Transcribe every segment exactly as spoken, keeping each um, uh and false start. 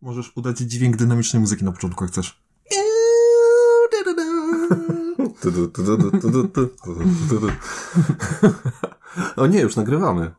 Możesz udać dźwięk dynamicznej muzyki na początku, jak chcesz. O nie, już nagrywamy.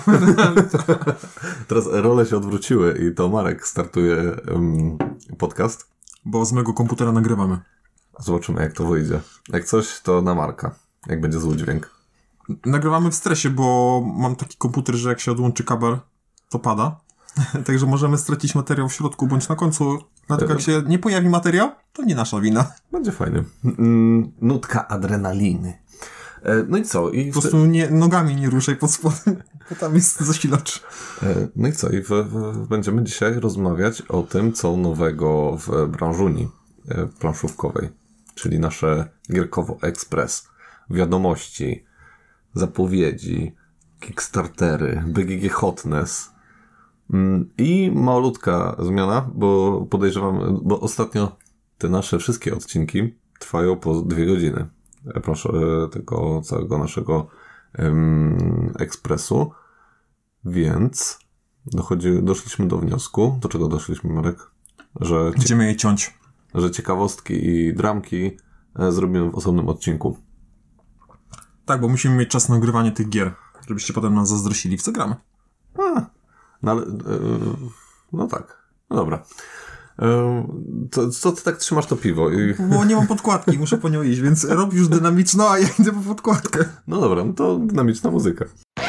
Teraz role się odwróciły i to Marek startuje um, podcast. Bo z mojego komputera nagrywamy. Zobaczymy, jak to wyjdzie. Jak coś, to na Marka. Jak będzie zły dźwięk. Nagrywamy w stresie, bo mam taki komputer, że jak się odłączy kabel, to pada. Także możemy stracić materiał w środku bądź na końcu. Dlatego jak się nie pojawi materiał, to nie nasza wina. Będzie fajnie. Nutka adrenaliny. No i co? I po prostu nie, nogami nie ruszaj pod spodem, bo tam jest zasilacz. No i co? I w, w, będziemy dzisiaj rozmawiać o tym, co nowego w branżuni planszówkowej. Czyli nasze Gierkowo Express. Wiadomości, zapowiedzi, Kickstartery, B G G Hotness. I malutka zmiana, bo podejrzewam, bo ostatnio te nasze wszystkie odcinki trwają po dwie godziny. Proszę, tego całego naszego um, ekspresu. Więc dochodzi, doszliśmy do wniosku. Do czego doszliśmy, Marek? Że Będziemy je ciąć. Że ciekawostki i dramki zrobimy w osobnym odcinku. Tak, bo musimy mieć czas na nagrywanie tych gier, żebyście potem nas zazdrościli, w co gramy. A, no ale... Yy, no tak. No dobra. Yy, co, co ty tak trzymasz to piwo? I... Bo nie mam podkładki, muszę po nią iść, więc rob już dynamiczno, a ja idę po podkładkę. No dobra, no to dynamiczna muzyka.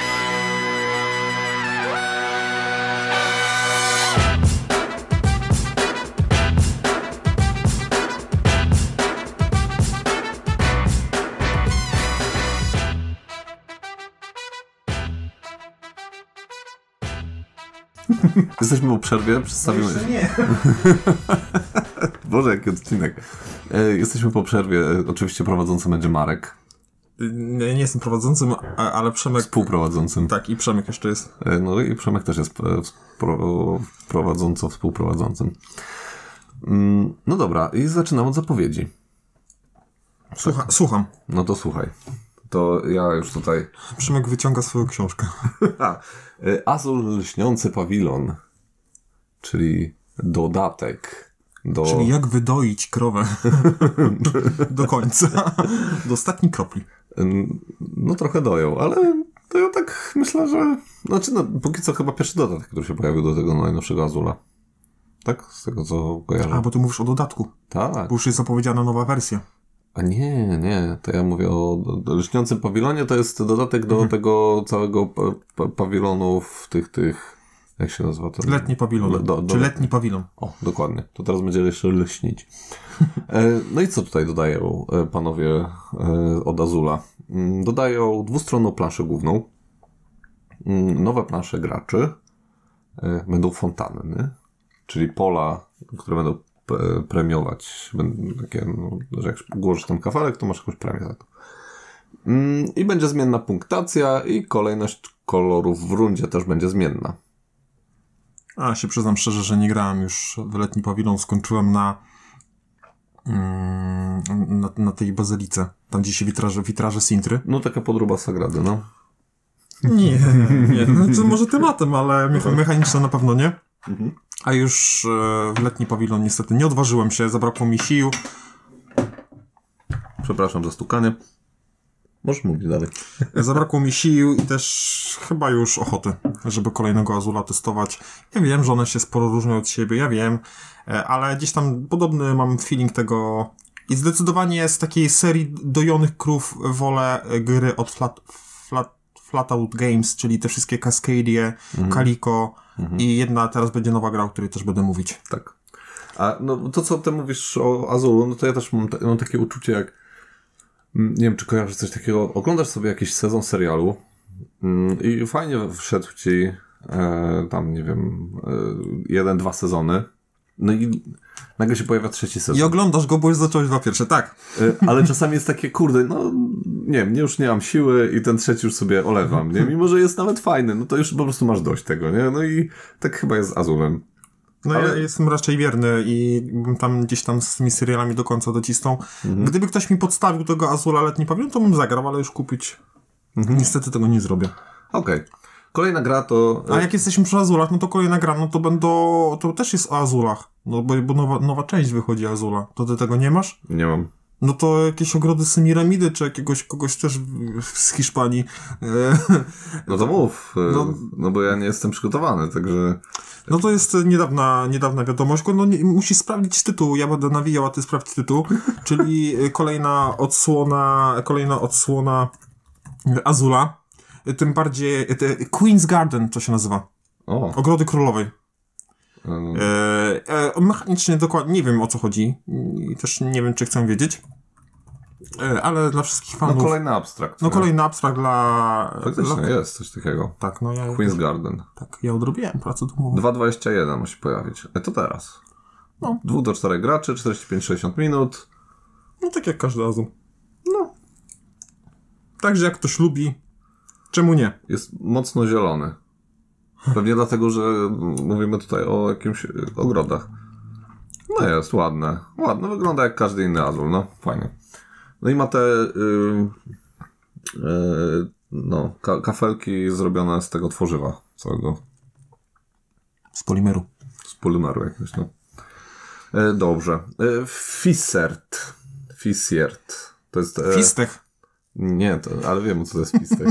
Jesteśmy po przerwie, przedstawimy... Jeszcze nie. Boże, jaki odcinek. Jesteśmy po przerwie, oczywiście prowadzącym będzie Marek. Ja nie jestem prowadzącym, ale Przemek... Współprowadzącym. Tak, i Przemek jeszcze jest. No i Przemek też jest prowadząco współprowadzącym. No dobra, i zaczynamy od zapowiedzi. Słucha, tak. Słucham. No to słuchaj. To ja już tutaj... Przemek wyciąga swoją książkę. Azul Lśniący Pawilon, czyli dodatek do... Czyli jak wydoić krowę do końca, do ostatniej kropli. No trochę doją, ale to ja tak myślę, że... Znaczy, no, póki co chyba pierwszy dodatek, który się pojawił do tego najnowszego Azula. Tak? Z tego, co kojarzę. A, bo ty mówisz o dodatku. Tak. Bo już jest zapowiedziana nowa wersja. A nie, nie, to ja mówię o Lśniącym Pawilonie, to jest dodatek do mhm. tego całego pa, pa, pawilonu w tych, tych, jak się nazywa to? Letni pawilon, Le, do, do, czy letni pawilon. O, dokładnie, to teraz będzie jeszcze lśnić. E, no i co tutaj dodają panowie e, od Azula? Dodają dwustronną planszę główną, nowe plansze graczy, e, będą fontanny, czyli pola, które będą premiować. Takie, no, że jak głożysz tam kafelek, to masz jakąś premię za to. I będzie zmienna punktacja i kolejność kolorów w rundzie też będzie zmienna. A, się przyznam szczerze, że nie grałem już w letni pawilon. Skończyłem na na, na tej bazylice. Tam gdzie się witraże, witraże Sintry. No taka podróba Sagrady, no. Nie, nie. No, to może tematem, ale mechaniczne na pewno nie. Mhm. A już e, w letni pawilon niestety nie odważyłem się, zabrakło mi sił. Przepraszam za stukanie. Możesz mówić dalej. Zabrakło mi sił i też chyba już ochoty, żeby kolejnego Azula testować. Ja wiem, że one się sporo różnią od siebie, ja wiem, ale gdzieś tam podobny mam feeling tego i zdecydowanie z takiej serii dojonych krów wolę gry od Flat, flat, Flatout Games, czyli te wszystkie Cascadia, mhm. Calico mhm. i jedna teraz będzie nowa gra, o której też będę mówić. Tak. A no to, co ty mówisz o Azulu, no to ja też mam, te, mam takie uczucie jak nie wiem, czy kojarzysz coś takiego. Oglądasz sobie jakiś sezon serialu mm, i fajnie wszedł ci e, tam, nie wiem, e, jeden, dwa sezony. No i nagle się pojawia trzeci sezon. I oglądasz go, bo już zacząłeś dwa pierwsze, tak. E, ale czasami jest takie, kurde, no nie wiem, już nie mam siły i ten trzeci już sobie olewam, nie? Mimo, że jest nawet fajny, no to już po prostu masz dość tego, nie? No i tak chyba jest z Azulem. No ale... ja jestem raczej wierny i bym tam gdzieś tam z tymi serialami do końca docisnął. Mhm. Gdyby ktoś mi podstawił tego Azula letni pawilon, to bym zagrał, ale już kupić mhm. niestety tego nie zrobię. Okej. Okay. Kolejna gra to... A jak jesteśmy przy Azulach, no to kolejna gra, no to będą... To też jest o Azulach. No bo, bo nowa, nowa część wychodzi Azula. To ty tego nie masz? Nie mam. No to jakieś ogrody Semiramidy, czy jakiegoś kogoś też z Hiszpanii. No to mów, no, no bo ja nie jestem przygotowany, także... No to jest niedawna, niedawna wiadomość, no nie, musisz sprawdzić tytuł, ja będę nawijał, a ty sprawdź tytuł, czyli kolejna odsłona, kolejna odsłona Azula, tym bardziej Queen's Garden to się nazywa. O. Ogrody Królowej. Um. E, e, mechanicznie dokładnie nie wiem, o co chodzi i też nie wiem, czy chcę wiedzieć, e, ale dla wszystkich fanów... No kolejny abstrakt. No kolejny abstrakt dla... Faktycznie dla... jest coś takiego. Tak, no ja... Queen's Garden. Tak, ja odrobiłem pracę domową. dwa dwadzieścia jeden musi pojawić. E to teraz. No. dwa do czterech graczy, czterdzieści pięć sześćdziesiąt minut. No tak jak każdy Azul. No. Także jak ktoś lubi, czemu nie? Jest mocno zielony. Pewnie dlatego, że mówimy tutaj o jakimś ogrodach. No jest, ładne. Ładne, wygląda jak każdy inny Azul, no fajnie. No i ma te yy, yy, no, ka- kafelki zrobione z tego tworzywa całego. Z polimeru. Z polimeru jakiegoś, no. Yy, dobrze. Yy, Fissert. Fissert. To jest... Yy, Fistech. Nie, to, ale wiem, co to jest Fistech.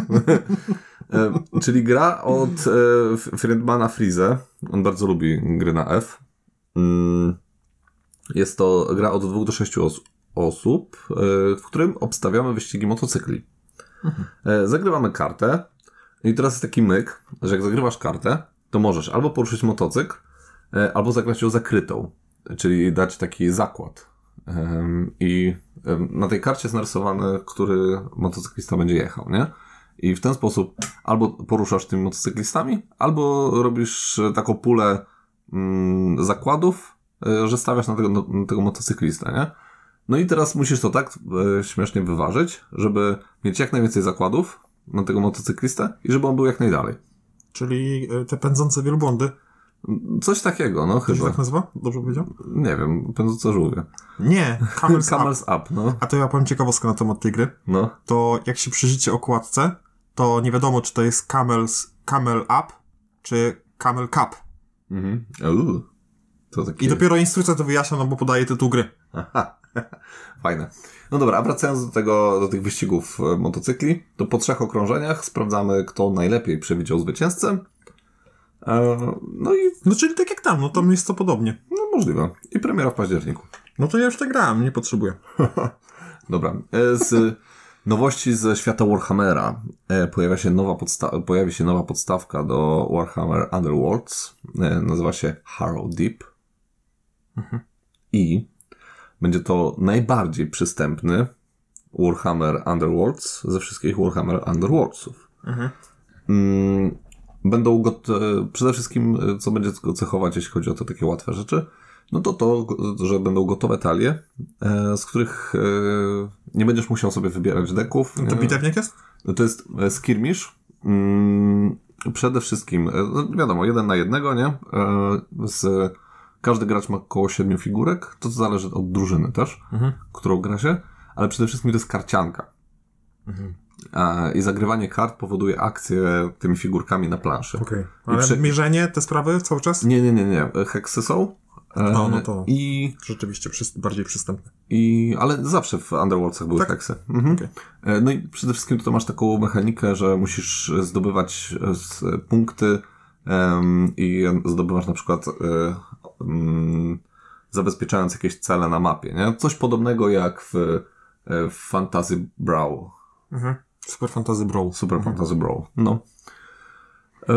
E, czyli gra od e, Friedmana Friese. On bardzo lubi gry na F. Mm, jest to gra od dwóch do sześciu os- osób, e, w którym obstawiamy wyścigi motocykli. Mhm. E, zagrywamy kartę i teraz jest taki myk, że jak zagrywasz kartę, to możesz albo poruszyć motocykl, e, albo zagrać ją zakrytą, czyli dać taki zakład. E, I e, na tej karcie jest narysowany, który motocyklista będzie jechał, nie? I w ten sposób albo poruszasz tymi motocyklistami, albo robisz taką pulę mm, zakładów, y, że stawiasz na tego, na tego motocyklistę, nie? No i teraz musisz to tak y, śmiesznie wyważyć, żeby mieć jak najwięcej zakładów na tego motocyklistę i żeby on był jak najdalej. Czyli y, te pędzące wielbłądy. Coś takiego, no to chyba. To się tak nazywa? Dobrze powiedział? Nie wiem, pędzące żółwie. Nie, Camels, Camels up. up, no. A to ja powiem ciekawostkę na temat tej gry. No. To jak się przyjrzycie okładce, to nie wiadomo, czy to jest Camels, Camel Up, czy Camel Cup. Mhm. Uuu. To takie... I dopiero instrukcja to wyjaśnia, no bo podaje tytuł gry. Aha. Fajne. No dobra, a wracając do tego, do tych wyścigów motocykli, to po trzech okrążeniach sprawdzamy, kto najlepiej przewidział zwycięzcę. No i... No czyli tak jak tam, no tam jest to podobnie. No możliwe. I premiera w październiku. No to ja już tak grałem, nie potrzebuję. Dobra. Z nowości ze świata Warhammera pojawia się nowa podsta- pojawi się nowa podstawka do Warhammer Underworlds. Nazywa się Harrow Deep. Mhm. I będzie to najbardziej przystępny Warhammer Underworlds ze wszystkich Warhammer Underworldsów. Mhm. Mm, będą got- przede wszystkim, co będzie go cechować, jeśli chodzi o te takie łatwe rzeczy, no to to, że będą gotowe talie, e, z których e, nie będziesz musiał sobie wybierać deków. To bitewnik jest? To jest skirmish. Mm, przede wszystkim, e, wiadomo, jeden na jednego, nie? E, z, każdy gracz ma około siedmiu figurek, to zależy od drużyny też, mhm. którą gra się, ale przede wszystkim to jest karcianka. Mhm. E, I zagrywanie kart powoduje akcję tymi figurkami na planszy. Okay. Ale przy... mierzenie, te sprawy cały czas? Nie, nie, nie, nie. Heksy są. No, no to I rzeczywiście przy, bardziej przystępne. I, ale zawsze w Underworldsach były tak? heksy. Mhm. Okay. No i przede wszystkim to masz taką mechanikę, że musisz zdobywać punkty um, i zdobywasz na przykład um, zabezpieczając jakieś cele na mapie, nie? Coś podobnego jak w, w Fantasy Brawl. Mhm. Super Fantasy Brawl. Super mhm. Fantasy Brawl, no. E,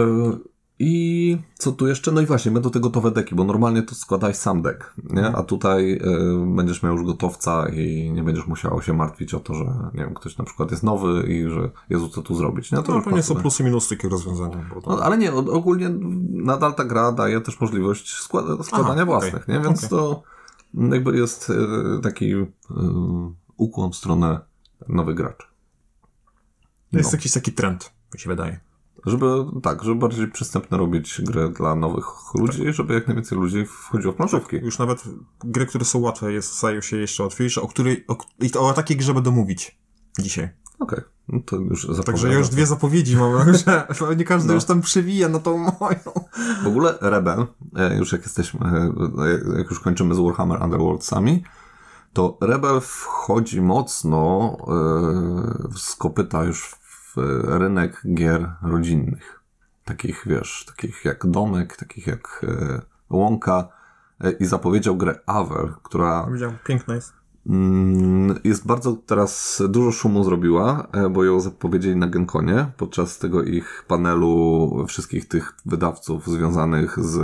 I co tu jeszcze? No i właśnie, będą te gotowe deki, bo normalnie to składałeś sam dek, nie? A tutaj y, będziesz miał już gotowca i nie będziesz musiał się martwić o to, że nie wiem, ktoś na przykład jest nowy i że Jezu, co tu zrobić, nie? To no już pewnie są plusy i minusy takiego rozwiązania. Bo to... no, ale nie, ogólnie nadal ta gra daje też możliwość składa- składania Aha, własnych, okay. nie? Więc okay. to jakby jest y, taki y, ukłon w stronę nowych graczy. No. Jest jakiś taki trend, mi się wydaje. Żeby, tak, żeby bardziej przystępne robić gry dla nowych ludzi, tak. żeby jak najwięcej ludzi wchodziło w planszówki. Już nawet gry, które są łatwe, jest, stają się jeszcze łatwiejsze, o której, o, i to o takiej grze będę mówić dzisiaj. Okej, okay. No to już zapowiadam. Także ja już dwie zapowiedzi mam, że nie każdy no. już tam przewija na tą moją. W ogóle Rebel, już jak jesteśmy, jak już kończymy z Warhammer Underworldsami, to Rebel wchodzi mocno yy, z kopyta już w rynek gier rodzinnych. Takich, wiesz, takich jak Domek, takich jak yy, Łąka yy, i zapowiedział grę Avel, która... Widziałem, piękna jest. Jest bardzo teraz dużo szumu zrobiła, bo ją zapowiedzieli na GenConie podczas tego ich panelu wszystkich tych wydawców związanych z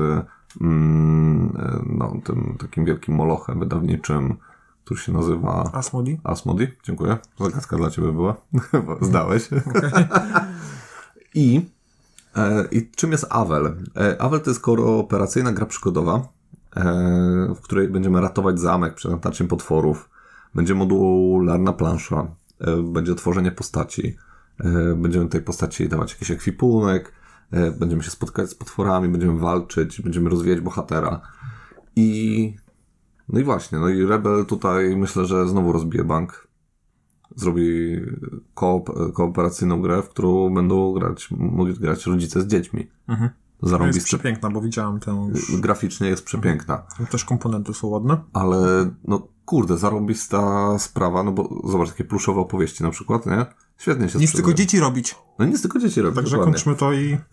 no, tym takim wielkim molochem wydawniczym, który się nazywa... Asmodee. Asmodee, dziękuję. Zagadka dla ciebie była. Zdałeś. Okay. I, I czym jest Avel? Avel to jest kooperacyjna gra przygodowa, w której będziemy ratować zamek przed natarciem potworów. Będzie modularna plansza, będzie tworzenie postaci, będziemy tej postaci dawać jakiś ekwipunek, będziemy się spotkać z potworami, będziemy walczyć, będziemy rozwijać bohatera. I no i właśnie, no i Rebel tutaj myślę, że znowu rozbije bank. Zrobi koop- kooperacyjną grę, w którą będą grać, mogli grać rodzice z dziećmi. Mhm. Zarąbiste. Jest przepiękna, bo widziałem tę już... Graficznie jest przepiękna. Też komponenty są ładne. Ale, no kurde, zarąbista sprawa, no bo zobacz, takie pluszowe opowieści na przykład, nie? Świetnie się Nic tylko dzieci robić. No nic tylko dzieci robić, Także dokładnie. Kończmy to i...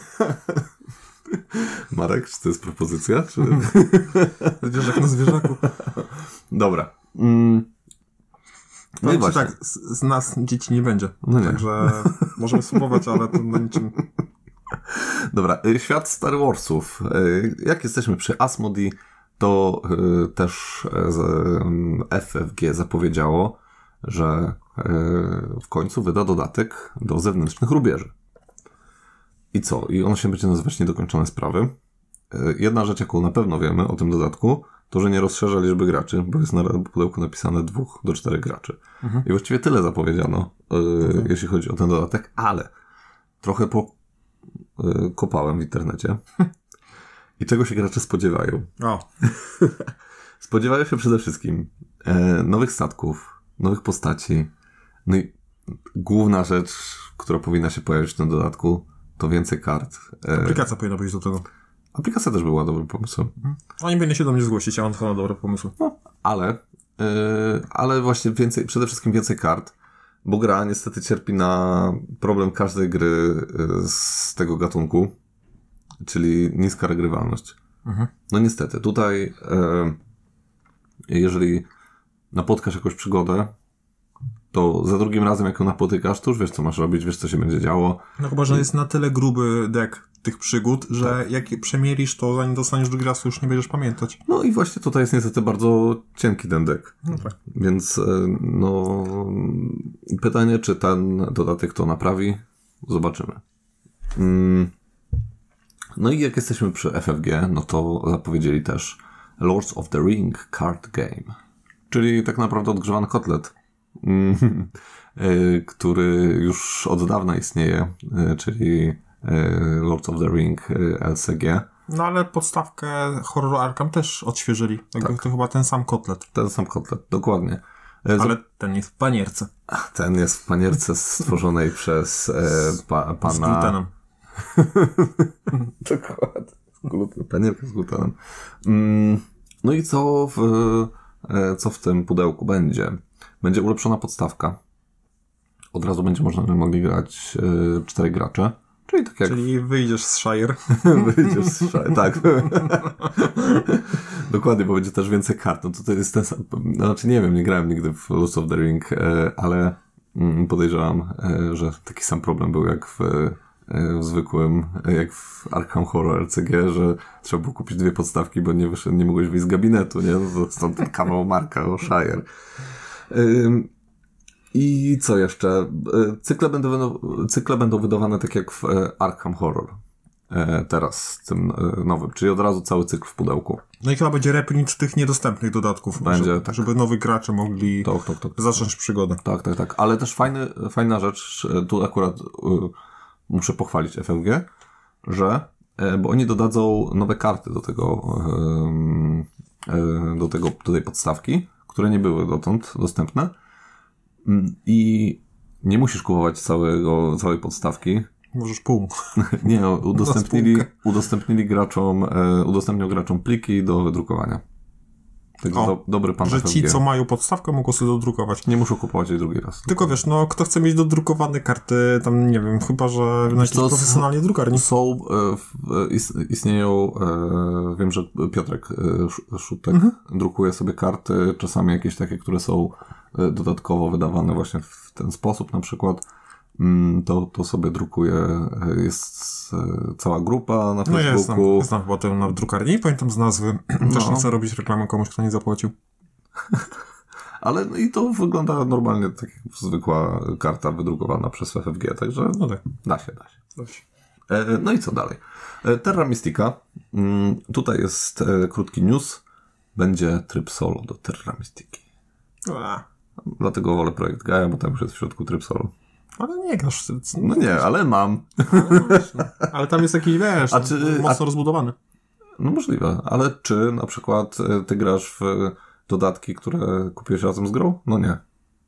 Marek, czy to jest propozycja? Czy... Zwierzak na zwierzaku. Dobra. Mm. No i właśnie. Tak, z, z nas dzieci nie będzie. No nie. Także możemy spróbować, ale to na niczym... Dobra, świat Star Warsów. Jak jesteśmy przy Asmodee, to też F F G zapowiedziało, że w końcu wyda dodatek do zewnętrznych rubieży. I co? I on się będzie nazywać Niedokończone Sprawy. Jedna rzecz, jaką na pewno wiemy o tym dodatku, to, że nie rozszerza liczby graczy, bo jest na pudełku napisane dwóch do czterech graczy. Mhm. I właściwie tyle zapowiedziano, mhm. jeśli chodzi o ten dodatek, ale trochę po kopałem w internecie. I czego się gracze spodziewają? O. Spodziewają się przede wszystkim e, nowych statków, nowych postaci. No i główna rzecz, która powinna się pojawić w tym dodatku, to więcej kart. E, Aplikacja powinna być do tego. Aplikacja też była dobrym pomysłem. Mhm. Oni powinni się do mnie zgłosić, ja mam to na dobre pomysły. No, ale, e, ale właśnie więcej, przede wszystkim więcej kart. Bo gra niestety cierpi na problem każdej gry z tego gatunku, czyli niska regrywalność. Mhm. No niestety, tutaj e, jeżeli napotkasz jakąś przygodę, to za drugim razem jak ją napotykasz, to już wiesz co masz robić, wiesz co się będzie działo. No chyba, że jest na tyle gruby deck tych przygód, że tak. Jak je przemielisz, to zanim dostaniesz drugi raz, to już nie będziesz pamiętać. No i właśnie tutaj jest niestety bardzo cienki ten deck. No tak. Więc no pytanie, czy ten dodatek to naprawi? Zobaczymy. Mm. No i jak jesteśmy przy F F G, no to zapowiedzieli też Lords of the Ring Card Game. Czyli tak naprawdę odgrzewany kotlet. który już od dawna istnieje, czyli Lords of the Ring L C G. No ale podstawkę horroru Arkham też odświeżyli. Tak. To chyba ten sam kotlet. Ten sam kotlet, dokładnie. Ale ten jest w panierce. Ten jest w panierce stworzonej przez e, pa, pana... Z glutenem. Dokładnie. Panierka z glutenem. Mm, no i co w, e, co w tym pudełku będzie? Będzie ulepszona podstawka. Od razu będzie można mogli grać e, cztery gracze. Czyli tak jak... Czyli wyjdziesz z Shire. Wyjdziesz z Shire, tak. Dokładnie, bo będzie też więcej kart. No to, to jest ten sam... Znaczy nie wiem, nie grałem nigdy w Lords of the Ring, e, ale mm, podejrzewam, e, że taki sam problem był jak w, e, w zwykłym, jak w Arkham Horror L C G, że trzeba było kupić dwie podstawki, bo nie, wyszedł, nie mogłeś wyjść z gabinetu, nie? No to stąd ten kawał marka o Shire. E, I co jeszcze? Cykle będą, cykle będą wydawane tak jak w Arkham Horror. Teraz, tym nowym. Czyli od razu cały cykl w pudełku. No i chyba będzie reprint tych niedostępnych dodatków. Będzie, żeby, tak. żeby nowi gracze mogli tak, tak, tak, zacząć przygodę. Tak, tak, tak. Ale też fajny, fajna rzecz, tu akurat y, muszę pochwalić F F G, że, y, bo oni dodadzą nowe karty do tego, y, y, do tego, do tej podstawki, które nie były dotąd dostępne. I nie musisz kupować całego, całej podstawki. Możesz pół. Nie, udostępnili, udostępnili graczom, e, udostępnią graczom pliki do wydrukowania. Także O, do, dobry pan że F F G. ci, co mają podstawkę, mogą sobie dodrukować. Nie muszą kupować jej drugi raz. Tylko wiesz, no kto chce mieć dodrukowane karty, tam nie wiem, chyba, że na jakiejś to profesjonalnej drukarni. Są, e, w, is, istnieją, e, wiem, że Piotrek e, Sz- Szutek Mhm. drukuje sobie karty, czasami jakieś takie, które są e, dodatkowo wydawane właśnie w ten sposób na przykład. Mm, To, to sobie drukuje, e, jest e, cała grupa na No jest tam, Facebooku. jest tam chyba ten na drukarni, nie pamiętam z nazwy. Też No. nie chcę robić reklamy komuś, kto nie zapłacił. Ale no i to wygląda normalnie tak jak zwykła karta wydrukowana przez F F G, także No tak. da się, da się. Coś. E, no i co dalej? E, Terra Mystica. Mm, tutaj jest e, krótki news. Będzie tryb solo do Terra Mystiki. A, Dlatego wolę projekt Gaia, bo tam już jest w środku tryb solo. ale nie grasz. No nie, ale mam. Ale tam jest jakiś, wiesz, A czy- mocno a- rozbudowany. No możliwe, ale czy na przykład e, ty grasz w dodatki, które kupiłeś razem z grą? No nie.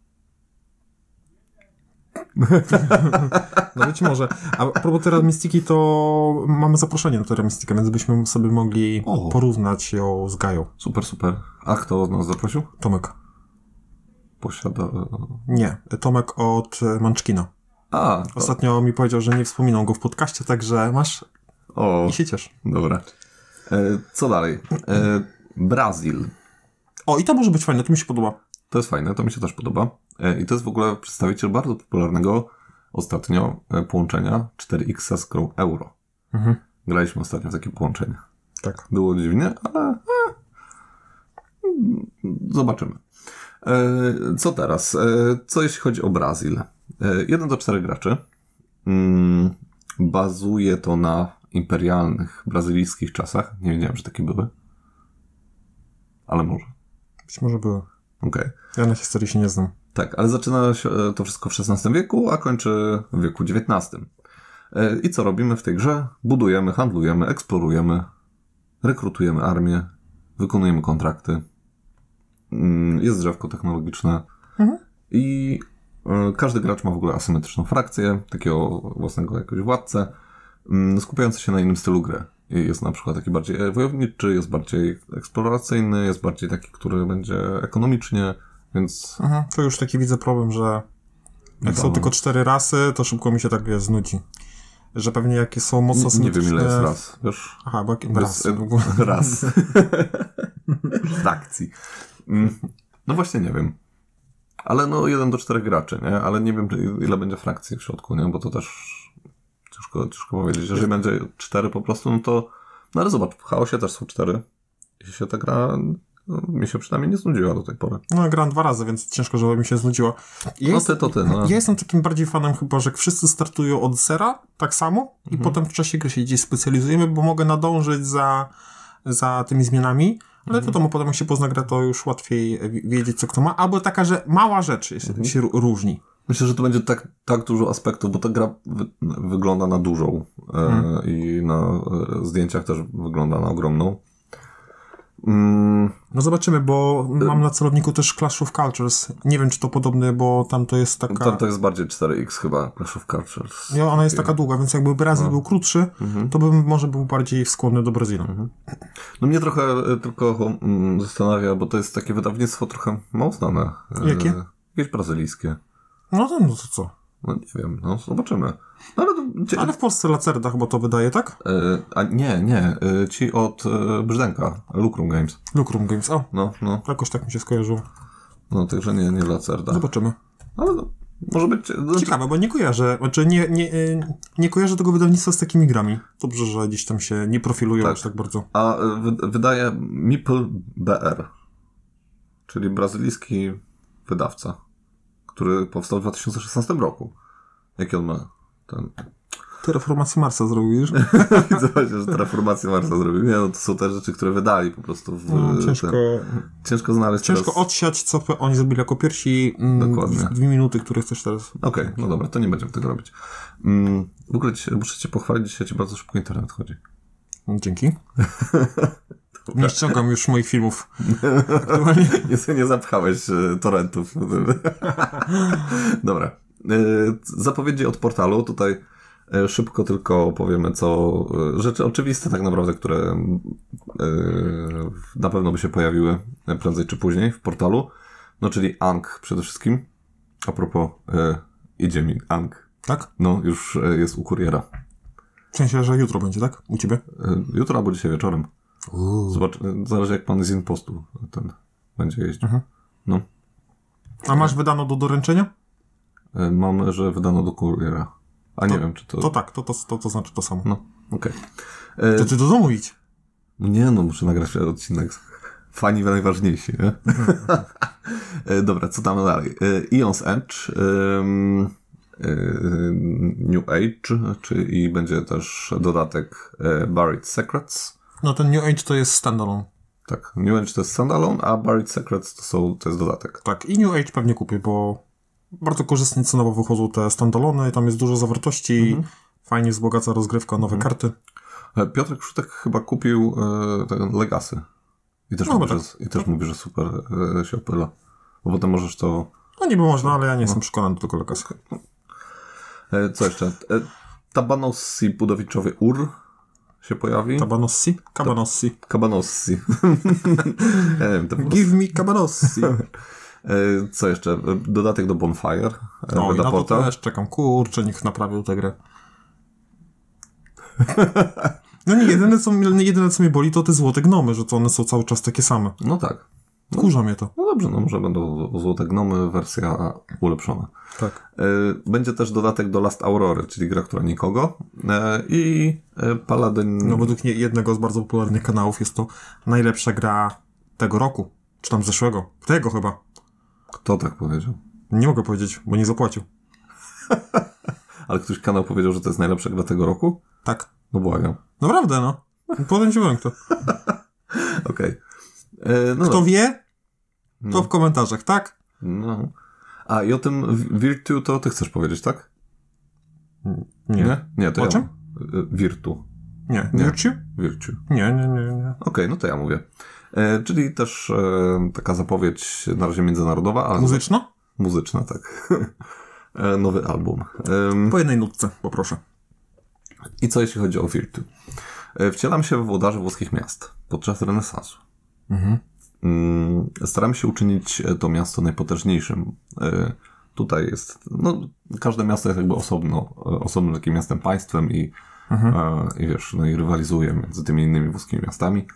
No być może. A a propos Terra Mystiki, to mamy zaproszenie na Terra Mystikę, więc byśmy sobie mogli O. porównać ją z Gają. Super, super. A kto nas zaprosił? Tomek. Posiada... Nie, Tomek od e, Munchkina. A, Ostatnio mi powiedział, że nie wspominał go w podcaście, także masz o, i się ciesz. dobra. E, co dalej? E, Brazil. O, i to może być fajne, to mi się podoba. To jest fajne, to mi się też podoba. E, I to jest w ogóle przedstawiciel bardzo popularnego ostatnio e, połączenia cztery X z grą Euro. Mhm. Graliśmy ostatnio w takie połączenie. Tak. Było dziwnie, ale e, zobaczymy. E, co teraz? E, co jeśli chodzi o Brazil? E, jeden do czterech graczy. Mm, bazuje to na imperialnych brazylijskich czasach. Nie wiedziałem, że takie były. Ale może. Być może były. Okej. Ja na historii się nie znam. Tak, ale zaczyna się e, to wszystko w szesnastym wieku, a kończy w wieku dziewiętnastym. E, I co robimy w tej grze? Budujemy, handlujemy, eksplorujemy, rekrutujemy armię, wykonujemy kontrakty. Mm, Jest drzewko technologiczne. Mhm. I e, każdy gracz ma w ogóle asymetryczną frakcję, takiego własnego jakiegoś władcę, mm, skupiający się na innym stylu gry. I Jest na przykład taki bardziej wojowniczy, jest bardziej eksploracyjny, jest bardziej taki, który będzie ekonomicznie, więc Mhm. To już taki widzę problem, że jak są Dobra. tylko cztery rasy, to szybko mi się tak wiesz, znudzi. Że pewnie jakie są mocno nie, nie wiem ile jest symetryczne- raz, wiesz? Aha, bo Bez- raz. w ogóle. Raz. Frakcji. Mm, No właśnie nie wiem. Ale no jeden do czterech graczy, nie? Ale nie wiem ile będzie frakcji w środku, nie? Bo to też ciężko, ciężko powiedzieć. Jeżeli będzie cztery po prostu, no to... No ale zobacz, w chaosie też są cztery. I się ta gra... No, mi się przynajmniej nie znudziła do tej pory. No, ja grałem dwa razy, więc ciężko, żeby mi się znudziło. Ja No jest- ty to ty, no. Ja jestem takim bardziej fanem chyba, że wszyscy startują od zera, tak samo, i Mhm. potem w czasie gry się gdzieś specjalizujemy, bo mogę nadążyć za, za tymi zmianami, ale Mhm. wiadomo, potem jak się pozna grę, to już łatwiej wi- wiedzieć, co kto ma, albo taka, że mała rzecz jest, Mhm. się ró- różni. Myślę, że to będzie tak, tak dużo aspektów, bo ta gra wy, wygląda na dużą e, Hmm. i na e, zdjęciach też wygląda na ogromną. Mm, No zobaczymy, bo mam na celowniku też Clash of Cultures. Nie wiem, czy to podobne, bo tam to jest taka... tam to jest bardziej cztery X chyba, Clash of Cultures. Ja, ona jest taka długa, więc jakby Brazil No. był krótszy, Mhm. to bym może był bardziej skłonny do Brazyla. No mnie trochę e, tylko mm, zastanawia, bo to jest takie wydawnictwo trochę mało znane. E, Jakie? Jakieś brazylijskie. No to, no to co? No nie wiem, no zobaczymy. No ale to... Cie, Ale w Polsce Lacerda chyba to wydaje, tak? e, a nie, nie, e, ci od e, Brzdęka, Lucrum Games. Lucrum Games. O, No, no, jakoś tak mi się skojarzyło. no, także nie, nie Lacerda. Zobaczymy. Ale no, może być... Znaczy, Ciekawe, bo nie kojarzę, znaczy nie, nie, y, nie kojarzę tego wydawnictwa z takimi grami. Dobrze, że gdzieś tam się nie profilują Tak. aż tak bardzo. A e, wy, wydaje Meeple B R, czyli brazylijski wydawca, który powstał w dwa tysiące szesnastym roku. Jaki on ma ten... Terraformację Marsa zrobisz? Widzę właśnie, że Terraformację Marsa zrobił. Nie, no to są te rzeczy, które wydali po prostu w... No, ciężko, ten, ciężko znaleźć ciężko teraz... odsiać, co oni zrobili jako pierwsi mm, Dokładnie. w dwie minuty, które chcesz teraz. Okej, no dobra, to nie będziemy tego robić. Mm, w ogóle dzisiaj, muszę cię pochwalić, dzisiaj ci bardzo szybko internet chodzi. Dzięki. Nie ściągam już moich filmów. Aktualnie. Nie, nie zapchałeś e, torrentów. Dobra. Zapowiedzi od portalu. Tutaj szybko tylko powiemy, co rzeczy oczywiste tak naprawdę, które na pewno by się pojawiły prędzej czy później w portalu. No, czyli Ankh przede wszystkim. A propos, idzie mi Ankh. Tak? No, już jest u kuriera. W sensie, że jutro będzie, tak? U ciebie? Jutro albo dzisiaj wieczorem. Uuu. Zobacz, zależy jak pan z Inpostu ten będzie jeździł. Mhm. No. A masz wydano do doręczenia? Mam, że wydano do kuriera. A to, nie wiem, czy to... To tak, to, to, to, to znaczy to samo. No, okej. Okay. To ty do domu idź. Nie no, muszę nagrać odcinek. Fani najważniejsi, nie? Dobra, co tam dalej? Eon's Edge, um, New Age, czyli będzie też dodatek Buried Secrets. No ten New Age to jest standalone. Tak, New Age to jest standalone, a Buried Secrets to, są, to jest dodatek. Tak, i New Age pewnie kupię, bo bardzo korzystnie cenowo wychodzą te standalone, tam jest dużo zawartości, mhm. fajnie wzbogaca rozgrywka, nowe mhm. karty. Piotrek Szutek chyba kupił e, ten Legacy. I też, no, mówi, tak. że, i też mówi, że super e, się opyla. Bo potem możesz to... No niby można, ale ja nie no. jestem przekonany do tego Legacy. E, co jeszcze? E, Tabanossi budowniczowy Ur się pojawi. Tabanossi? Cabanossi. Ta- Cabanossi. ja nie wiem, to Give me Cabanossi. Co jeszcze? Dodatek do Bonfire. No i na to też czekam. Kurczę, niech naprawił tę grę. No nie, jedyne co, jedyne co mnie boli to te złote gnomy, że to one są cały czas takie same. No tak. No, kurza mnie to. No dobrze, no może będą złote gnomy, wersja ulepszona. Tak. Będzie też dodatek do Last Aurory, czyli gra, która nikogo. I Paladin... No według jednego z bardzo popularnych kanałów jest to najlepsza gra tego roku. Czy tam zeszłego. Tego chyba. Kto tak powiedział? Nie mogę powiedzieć, bo nie zapłacił. Ale ktoś kanał powiedział, że to jest najlepsza gra tego roku? Tak. No błagam. Naprawdę, no. Potem ci powiem kto. Okej. Okay. No kto no. wie, to no. w komentarzach, tak? No. A i o tym Virtu to ty chcesz powiedzieć, tak? Nie. Nie, nie to o ja. czym? Virtu. Nie. nie. Virtu? Virtu. Nie, nie, nie. nie. Okej, okay, no to ja mówię. E, czyli też e, taka zapowiedź na razie międzynarodowa. Ale muzyczna? Muzyczna, tak. e, nowy album. E, po jednej nutce, poproszę. I co jeśli chodzi o Virtu? E, wcielam się we włodarzy włoskich miast podczas renesansu. Mhm. Mm, staram się uczynić to miasto najpotężniejszym. E, tutaj jest, no, każde miasto jest jakby osobno, osobnym takim miastem państwem i, mhm. e, i wiesz, no i rywalizuje między tymi innymi włoskimi miastami.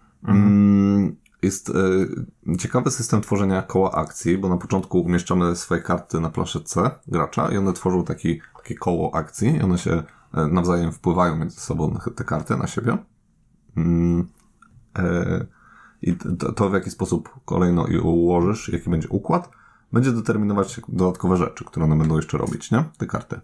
Mhm. Jest e, ciekawy system tworzenia koła akcji, bo na początku umieszczamy swoje karty na planszetce gracza i one tworzą taki, takie koło akcji i one się e, nawzajem wpływają między sobą te karty na siebie. Mm, e, I to, to w jaki sposób kolejno je ułożysz, jaki będzie układ, będzie determinować dodatkowe rzeczy, które one będą jeszcze robić, nie? Te karty.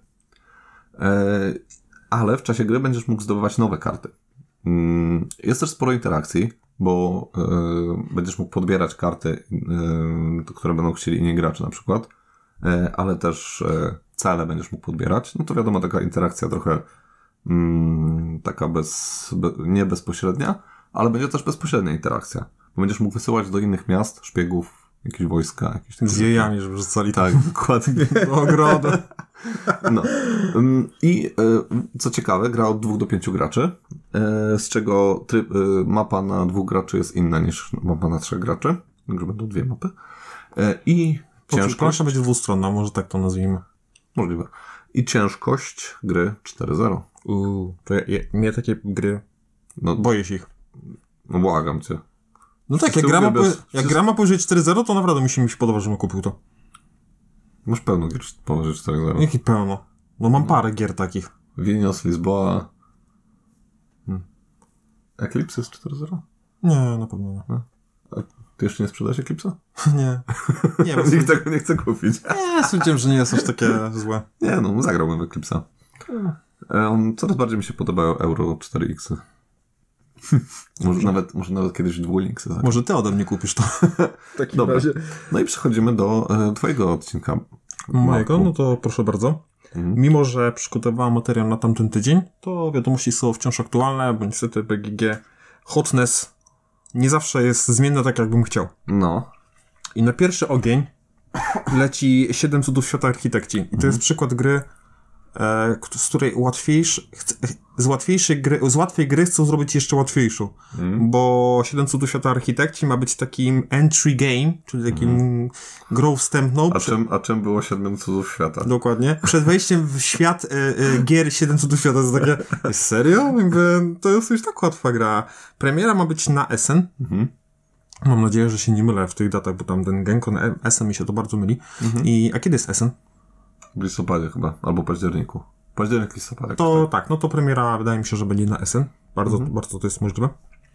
E, ale w czasie gry będziesz mógł zdobywać nowe karty. Mm, jest też sporo interakcji, bo y, będziesz mógł podbierać karty, y, które będą chcieli inni gracze na przykład, y, ale też y, cele będziesz mógł podbierać. No to wiadomo, taka interakcja trochę y, taka bez, be, nie bezpośrednia, ale będzie też bezpośrednia interakcja. Bo będziesz mógł wysyłać do innych miast szpiegów, jakieś wojska, jakieś takie... Z jajami, żeby rzucali tak, dokładnie. Do ogrodu. No. I co ciekawe, gra od dwóch do pięciu graczy, z czego tryb, mapa na dwóch graczy jest inna niż mapa na trzech graczy, także będą dwie mapy. I ciężkość... Plansza będzie dwustronna, może tak to nazwijmy. Możliwe. I ciężkość gry cztery zero. Uuu, to ja, ja, mnie takie gry... No, boję się ich. No błagam cię. No tak, jak gra, ma po, jak gra ma powyżej cztery zero, to naprawdę mi się, mi się podoba, żebym kupił to. Masz pełno gier powyżej cztery zero. Jaki pełno? No mam parę gier takich. Vilnius, Lisboa. Hmm. Eclipse jest cztery zero? Nie, na pewno nie. A? A ty jeszcze nie sprzedałeś Eclipse'a? Nie. Nie, bo nikt tego nie chce kupić. Nie, sądziłem, że nie jest aż takie złe. Nie, no zagrałbym w Eclipse'a. Um, coraz bardziej mi się podobają Euro cztery X. może, nawet, może nawet kiedyś dwulinksy. Może ty ode mnie kupisz to. W takim Dobra. razie. No i przechodzimy do e, twojego odcinka. Mojego? No to proszę bardzo. Mhm. Mimo, że przygotowałem materiał na tamten tydzień, to wiadomości są wciąż aktualne, bo niestety B G G hotness nie zawsze jest zmienna tak, jakbym chciał. No. I na pierwszy ogień leci Siedem Cudów Świata Architekci. I to mhm. jest przykład gry, e, z której łatwiejszy, z łatwiejszej gry, z łatwej gry chcą zrobić jeszcze łatwiejszą. Mhm. Bo Siedem Cudów Świata Architekci ma być takim entry game, czyli takim mhm. grą wstępną. A czym, a czym było Siedem Cudów Świata? Dokładnie. Przed wejściem w świat y, y, gier Siedem Cudów Świata. To jest takie, serio? Jakby, to jest już tak łatwa gra. Premiera ma być na Essen. Mhm. Mam nadzieję, że się nie mylę w tych datach, bo tam ten Gencon Essen mi się to bardzo myli. Mhm. I, a kiedy jest Essen? W listopadzie chyba, albo październiku. Październik, listopad. To tak. tak, no to premiera wydaje mi się, że będzie na Essen. Bardzo, mhm. bardzo to jest możliwe.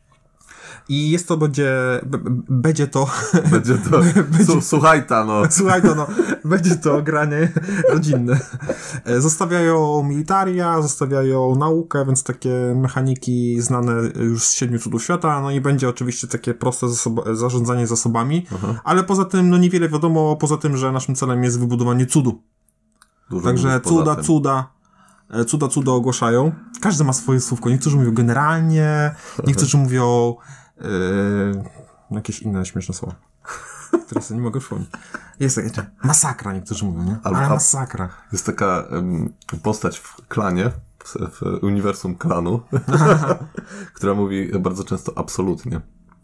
I jest to, będzie, b, b, będzie to... Będzie to, będzie, słuchaj ta no. Słuchaj to no, będzie to granie rodzinne. Zostawiają militaria, zostawiają naukę, więc takie mechaniki znane już z Siedmiu Cudów Świata, no i będzie oczywiście takie proste zasob- zarządzanie zasobami, aha. ale poza tym, no niewiele wiadomo, poza tym, że naszym celem jest wybudowanie cudu. Dużo Także cuda, cuda, cuda, cuda ogłaszają. Każdy ma swoje słówko. Niektórzy mówią generalnie, niektórzy mówią Yy, jakieś inne śmieszne słowa. Teraz nie mogę przypomnieć. Jest taka masakra, niektórzy mówią, nie? Ale masakra. Jest taka um, postać w klanie, w, w uniwersum klanu, która mówi bardzo często absolutnie.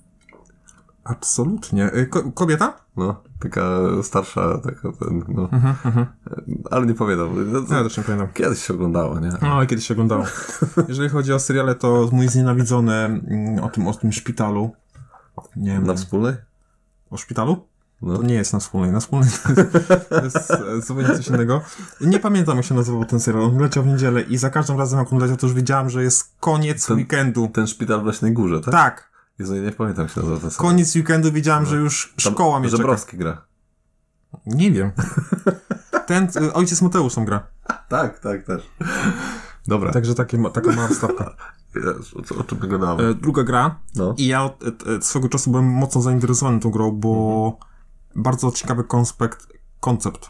Absolutnie. Ko- kobieta? No, taka starsza, taka, no. Uh-huh, uh-huh. Ale nie pamiętam. No, ja też nie pamiętam. Kiedyś się oglądało, nie? No, kiedyś się oglądało. Jeżeli chodzi o seriale, to mój znienawidzony mm, o tym, o tym szpitalu. Nie wiem. Na wspólnej? O szpitalu? No. To nie jest na wspólnej. Na wspólnej to jest, to jest zupełnie coś innego. Nie pamiętam, jak się nazywał ten serial. On leciał w niedzielę i za każdym razem, jak on leciał, to już wiedziałem, że jest koniec ten, weekendu. Ten szpital w Leśnej Górze, tak? Tak. Jezu, nie pamiętam, jak się nazywa ten serial. Koniec weekendu wiedziałem, no. że już szkoła tam mnie Żebrowski czeka. gra. Nie wiem. Ten, ojciec Mateusz tam gra. Tak, tak, też. Dobra. Także takie, taka mała wstawka. Jezu, co, o czym gadamy? E, druga gra. No. I ja od, od, od swego czasu byłem mocno zainteresowany tą grą, bo mhm. bardzo ciekawy konspekt, koncept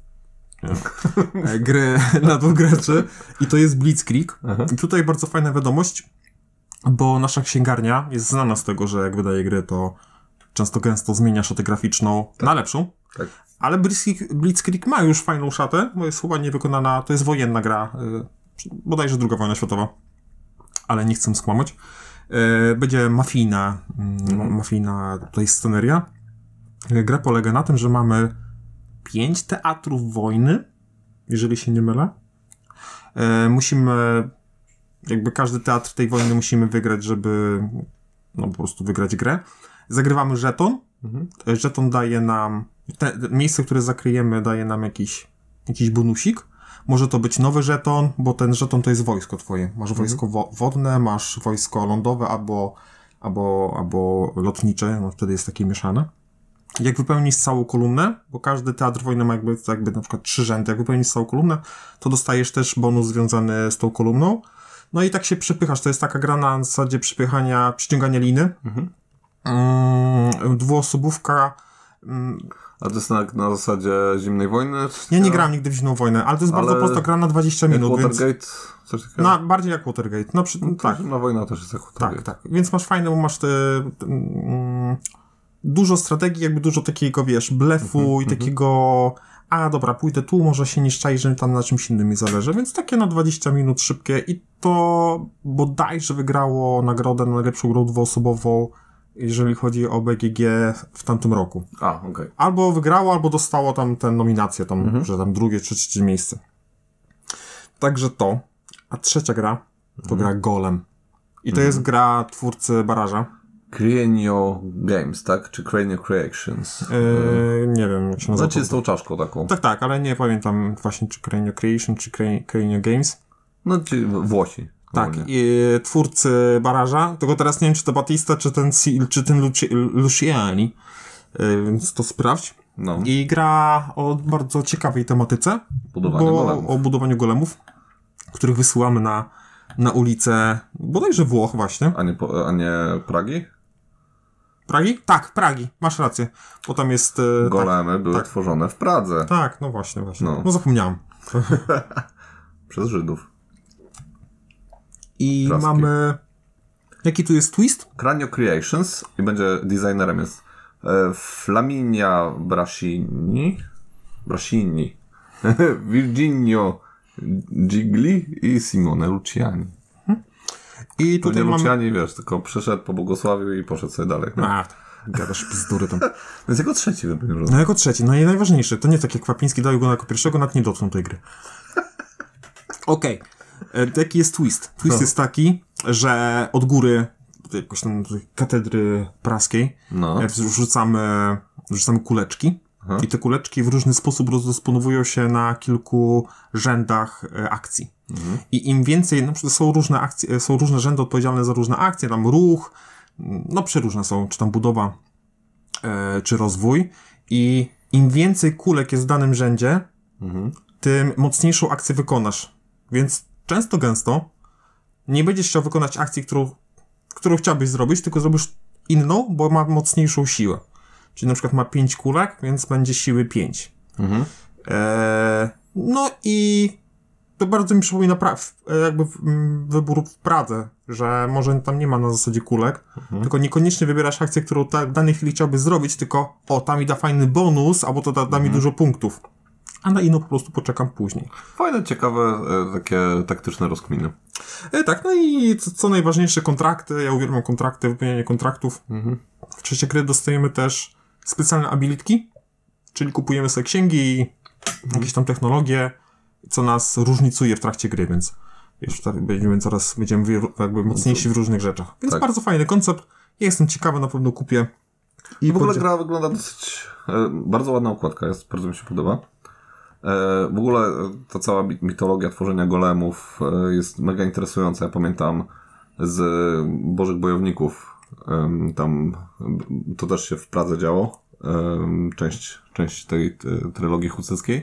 e, gry na dwóch graczy. I to jest Blitzkrieg. Aha. I tutaj bardzo fajna wiadomość, bo nasza księgarnia jest znana z tego, że jak wydaje gry, to często gęsto zmienia szatę graficzną tak. na lepszą. Tak. Ale Blitzkrieg, Blitzkrieg ma już fajną szatę, bo jest chyba niewykonana, to jest wojenna gra, yy, bodajże druga wojna światowa, ale nie chcę skłamać. Yy, będzie mafijna, yy, mm. mafijna tutaj sceneria. Yy, gra polega na tym, że mamy pięć teatrów wojny, jeżeli się nie mylę. Yy, musimy, jakby każdy teatr tej wojny musimy wygrać, żeby no po prostu wygrać grę. Zagrywamy żeton. Mhm. Żeton daje nam, te, miejsce, które zakryjemy, daje nam jakiś, jakiś bonusik. Może to być nowy żeton, bo ten żeton to jest wojsko twoje. Masz mhm. wojsko wo- wodne, masz wojsko lądowe albo, albo, albo lotnicze, no wtedy jest takie mieszane. Jak wypełnisz całą kolumnę, bo każdy teatr wojny ma jakby, jakby na przykład trzy rzędy, jak wypełnisz całą kolumnę, to dostajesz też bonus związany z tą kolumną. No i tak się przepychasz, to jest taka gra na zasadzie przypychania, przyciągania liny. Mhm. Mm, dwuosobówka. Mm. A to jest na, na zasadzie zimnej wojny? Ja nie grałem nigdy w zimną wojnę, ale to jest ale bardzo prosta gra na dwadzieścia minut. Jak Watergate? Więc... Coś takiego? Na, bardziej jak Watergate. No, przy... no tak. Zimna wojna też jest jak Watergate. Tak, tak. Więc masz fajne, bo masz te, te, mm, dużo strategii, jakby dużo takiego, wiesz, blefu mm-hmm, i takiego a dobra, pójdę tu, może się nie szczai, że tam na czymś innym mi zależy. Więc takie na dwadzieścia minut szybkie i to bodajże wygrało nagrodę na najlepszą grę dwuosobową, jeżeli chodzi o B G G w tamtym roku. A, okej. Okay. Albo wygrało, albo dostało tam tę nominację, tam, mhm. że tam drugie czy trzecie miejsce. Także to. A trzecia gra to mhm. gra Golem. I to mhm. jest gra twórcy Baraża. Crenio Games, tak? Czy Crenio Creations? Yy, nie wiem, jak się nazywa. Znaczy z tą czaszką taką. Tak, tak, ale nie pamiętam właśnie czy Crenio Creation, czy Crenio Games. No, ci Włosi. Tak, i twórcy Baraża, tylko teraz nie wiem, czy to Batista, czy ten, czy ten Luci, Luciani, yy, więc to sprawdź. No. I gra o bardzo ciekawej tematyce, budowaniu bo, golemów. o budowaniu golemów, których wysyłamy na, na ulicę, bodajże Włoch właśnie. A nie, a nie Pragi? Pragi? Tak, Pragi, masz rację, bo tam jest... Yy, Golemy tak, były tak. tworzone w Pradze. Tak, no właśnie, właśnie. No, no zapomniałem. Przez Żydów. I Praski. Mamy... Jaki tu jest twist? Crenio Creations i będzie designerem jest e, Flaminia Brasini, Brasini, Virginio Gigli i Simone Luciani. I To tutaj nie mamy... Luciani, wiesz, tylko przyszedł, pobłogosławił i poszedł sobie dalej. No. A, gadasz bzdury tam. To jest jako trzeci wybrany. No jako trzeci, no i najważniejsze, to nie tak jak Kwapiński dał go jako pierwszego, nawet nie dotknął tej gry. Okej, okay. Jaki jest twist? Twist no. jest taki, że od góry, jakoś tam katedry praskiej, no. wrzucamy, wrzucamy kuleczki. Aha. I te kuleczki w różny sposób rozdysponowują się na kilku rzędach e, akcji. Mhm. I im więcej, na przykład są różne akcje, są różne rzędy odpowiedzialne za różne akcje, tam ruch, no przeróżne są, czy tam budowa, e, czy rozwój. I im więcej kulek jest w danym rzędzie, mhm. tym mocniejszą akcję wykonasz. Więc często, gęsto nie będziesz chciał wykonać akcji, którą, którą chciałbyś zrobić, tylko zrobisz inną, bo ma mocniejszą siłę. Czyli na przykład ma pięć kulek, więc będzie siły pięć. Mhm. Eee, no i to bardzo mi przypomina pra- jakby wybór w Pradze, że może tam nie ma na zasadzie kulek, mhm. tylko niekoniecznie wybierasz akcję, którą ta, w danej chwili chciałbyś zrobić, tylko o, ta mi da fajny bonus, albo to da, da mi mhm. dużo punktów. A na inną po prostu poczekam później. Fajne, ciekawe, e, takie taktyczne rozkminy. E, tak, no i co, co najważniejsze, kontrakty. Ja uwielbiam kontrakty, wypełnianie kontraktów. Mhm. W czasie gry dostajemy też specjalne abilitki, czyli kupujemy sobie księgi i mhm. jakieś tam technologie, co nas różnicuje w trakcie gry, więc wiesz, będziemy coraz będziemy jakby mocniejsi w różnych rzeczach. Więc tak. Bardzo fajny koncept. Ja jestem ciekawy, na pewno kupię. I w ogóle podzie- gra wygląda dosyć... E, bardzo ładna okładka jest, bardzo mi się podoba. E, w ogóle ta cała mitologia tworzenia golemów e, jest mega interesująca. Ja pamiętam z Bożych Bojowników. E, tam to też się w Pradze działo. E, część, część tej t, trylogii husyckiej.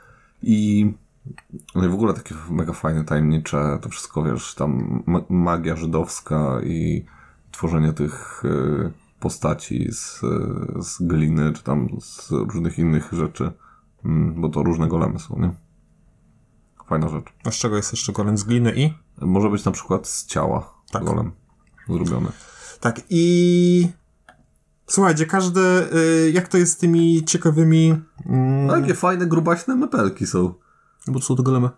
I no i w ogóle takie mega fajne, tajemnicze, to wszystko, wiesz, tam ma- magia żydowska i tworzenie tych y, postaci z, z gliny, czy tam z różnych innych rzeczy, mm, bo to różne golemy są, nie? Fajna rzecz. A z czego jest jeszcze golem? Z gliny i? Może być na przykład z ciała tak. golem zrobiony. Tak, i słuchajcie, każdy, y, jak to jest z tymi ciekawymi... Mm... No, jakie fajne, grubaśne mepelki są. Bo to są te golemy.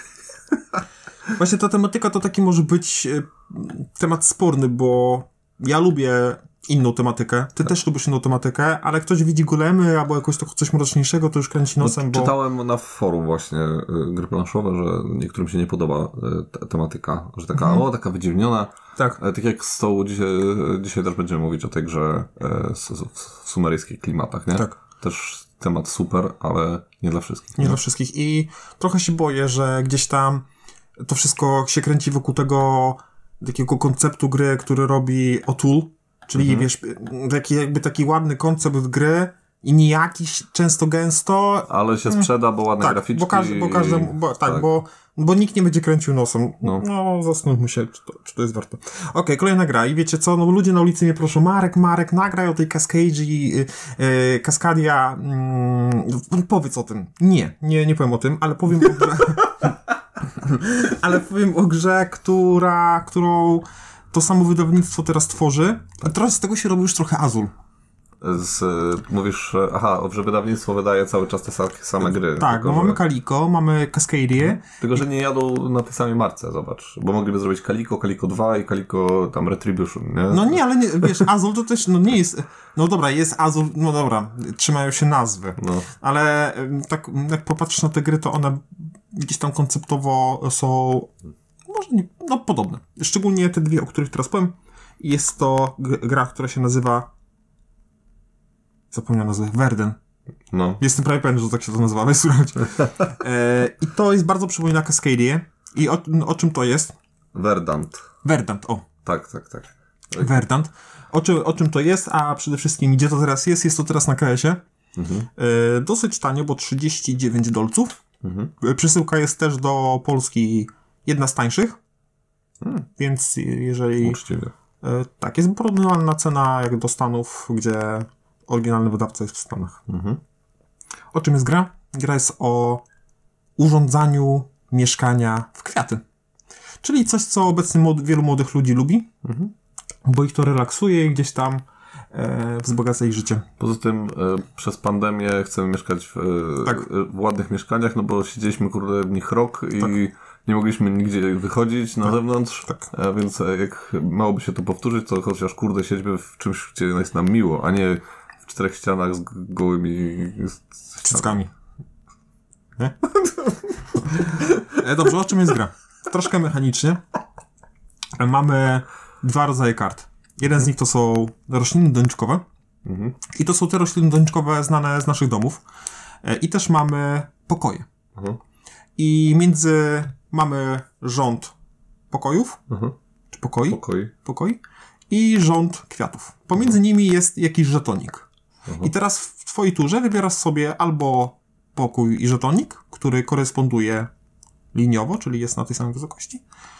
Właśnie ta tematyka to taki może być e, temat sporny, bo ja lubię inną tematykę. Ty tak. też lubisz inną tematykę, ale ktoś widzi golemy albo jakoś to coś mroczniejszego, to już kręci nosem, no, bo... Czytałem na forum właśnie y, gry planszowe, że niektórym się nie podoba y, ta tematyka, że taka, mhm. o, taka wydziwniona. Tak. E, tak jak z tą dzisiaj, dzisiaj też będziemy mówić o tej grze e, s, s, w sumeryjskich klimatach, nie? Tak. Też temat super, ale nie dla wszystkich. Nie, nie dla wszystkich i trochę się boję, że gdzieś tam to wszystko się kręci wokół tego takiego konceptu gry, który robi O'Toole, czyli mhm. wiesz, taki, jakby taki ładny koncept gry i nijaki często gęsto. Ale się sprzeda, bo ładne tak, graficzki. Bo każdy, bo każdy, bo, tak, tak. Bo, bo nikt nie będzie kręcił nosem. No, no zastanówmy się, czy to, czy to jest warto. Okej, okay, kolejna gra i wiecie co, no ludzie na ulicy mnie proszą, Marek, Marek, nagraj o tej Cascade i yy, Cascadia, yy, powiedz o tym. Nie, nie, nie powiem o tym, ale powiem o grze, ale powiem o grze, która, którą to samo wydawnictwo teraz tworzy. A teraz z tego się robi już trochę Azul. Z, mówisz, aha, że wydawnictwo wydaje cały czas te same gry. Tak, tylko, bo że... mamy Calico, mamy Cascadię. Tylko, że nie jadą na tej samej marce, zobacz. Bo mogliby zrobić Calico, Calico dwa i Calico tam Retribution, nie? No nie, ale nie, wiesz, Azul to też, no nie jest, no dobra, jest Azul, no dobra, trzymają się nazwy. No. Ale tak, jak popatrzysz na te gry, to one gdzieś tam konceptowo są, może nie, no podobne. Szczególnie te dwie, o których teraz powiem. Jest to gra, która się nazywa zapomniałem nazwę, Verden. No. Jestem prawie pewien, że tak się to nazywa, ale słuchajcie. E, I to jest bardzo przypomina Cascadię. I o, o czym to jest? Verdant. Verdant, o. Tak, tak, tak. Verdant. O czym, o czym to jest, a przede wszystkim gdzie to teraz jest? Jest to teraz na K S-ie. Mhm. E, dosyć tanio, bo trzydzieści dziewięć dolców. Mhm. Przesyłka jest też do Polski jedna z tańszych. Hmm. Więc jeżeli... Uczciwie. E, tak, jest porównywalna cena jak do Stanów, gdzie oryginalny wydawca jest w Stanach. Mhm. O czym jest gra? Gra jest o urządzaniu mieszkania w kwiaty. Czyli coś, co obecnie młody, wielu młodych ludzi lubi, mhm. bo ich to relaksuje i gdzieś tam e, wzbogaca ich życie. Poza tym e, przez pandemię chcemy mieszkać w, e, Tak. w ładnych mieszkaniach, no bo siedzieliśmy kurde w nich rok i Tak. nie mogliśmy nigdzie wychodzić na Tak. zewnątrz, Tak. a więc e, jak mało by się to powtórzyć, to chociaż kurde siedźmy w czymś, gdzie jest nam miło, a nie w czterech ścianach z g- gołymi Cyckami. Nie? E, Dobrze, o czym jest gra? Troszkę mechanicznie. Mamy dwa rodzaje kart. Jeden z nich to są rośliny doniczkowe. Mhm. I to są te rośliny doniczkowe znane z naszych domów. E, I też mamy pokoje. Mhm. I między mamy rząd pokojów, Mhm. czy pokoi, Pokoi. pokoi i rząd kwiatów. Pomiędzy nimi jest jakiś żetonik. Mhm. I teraz w twojej turze wybierasz sobie albo pokój i żetonik, który koresponduje liniowo, czyli jest na tej samej wysokości.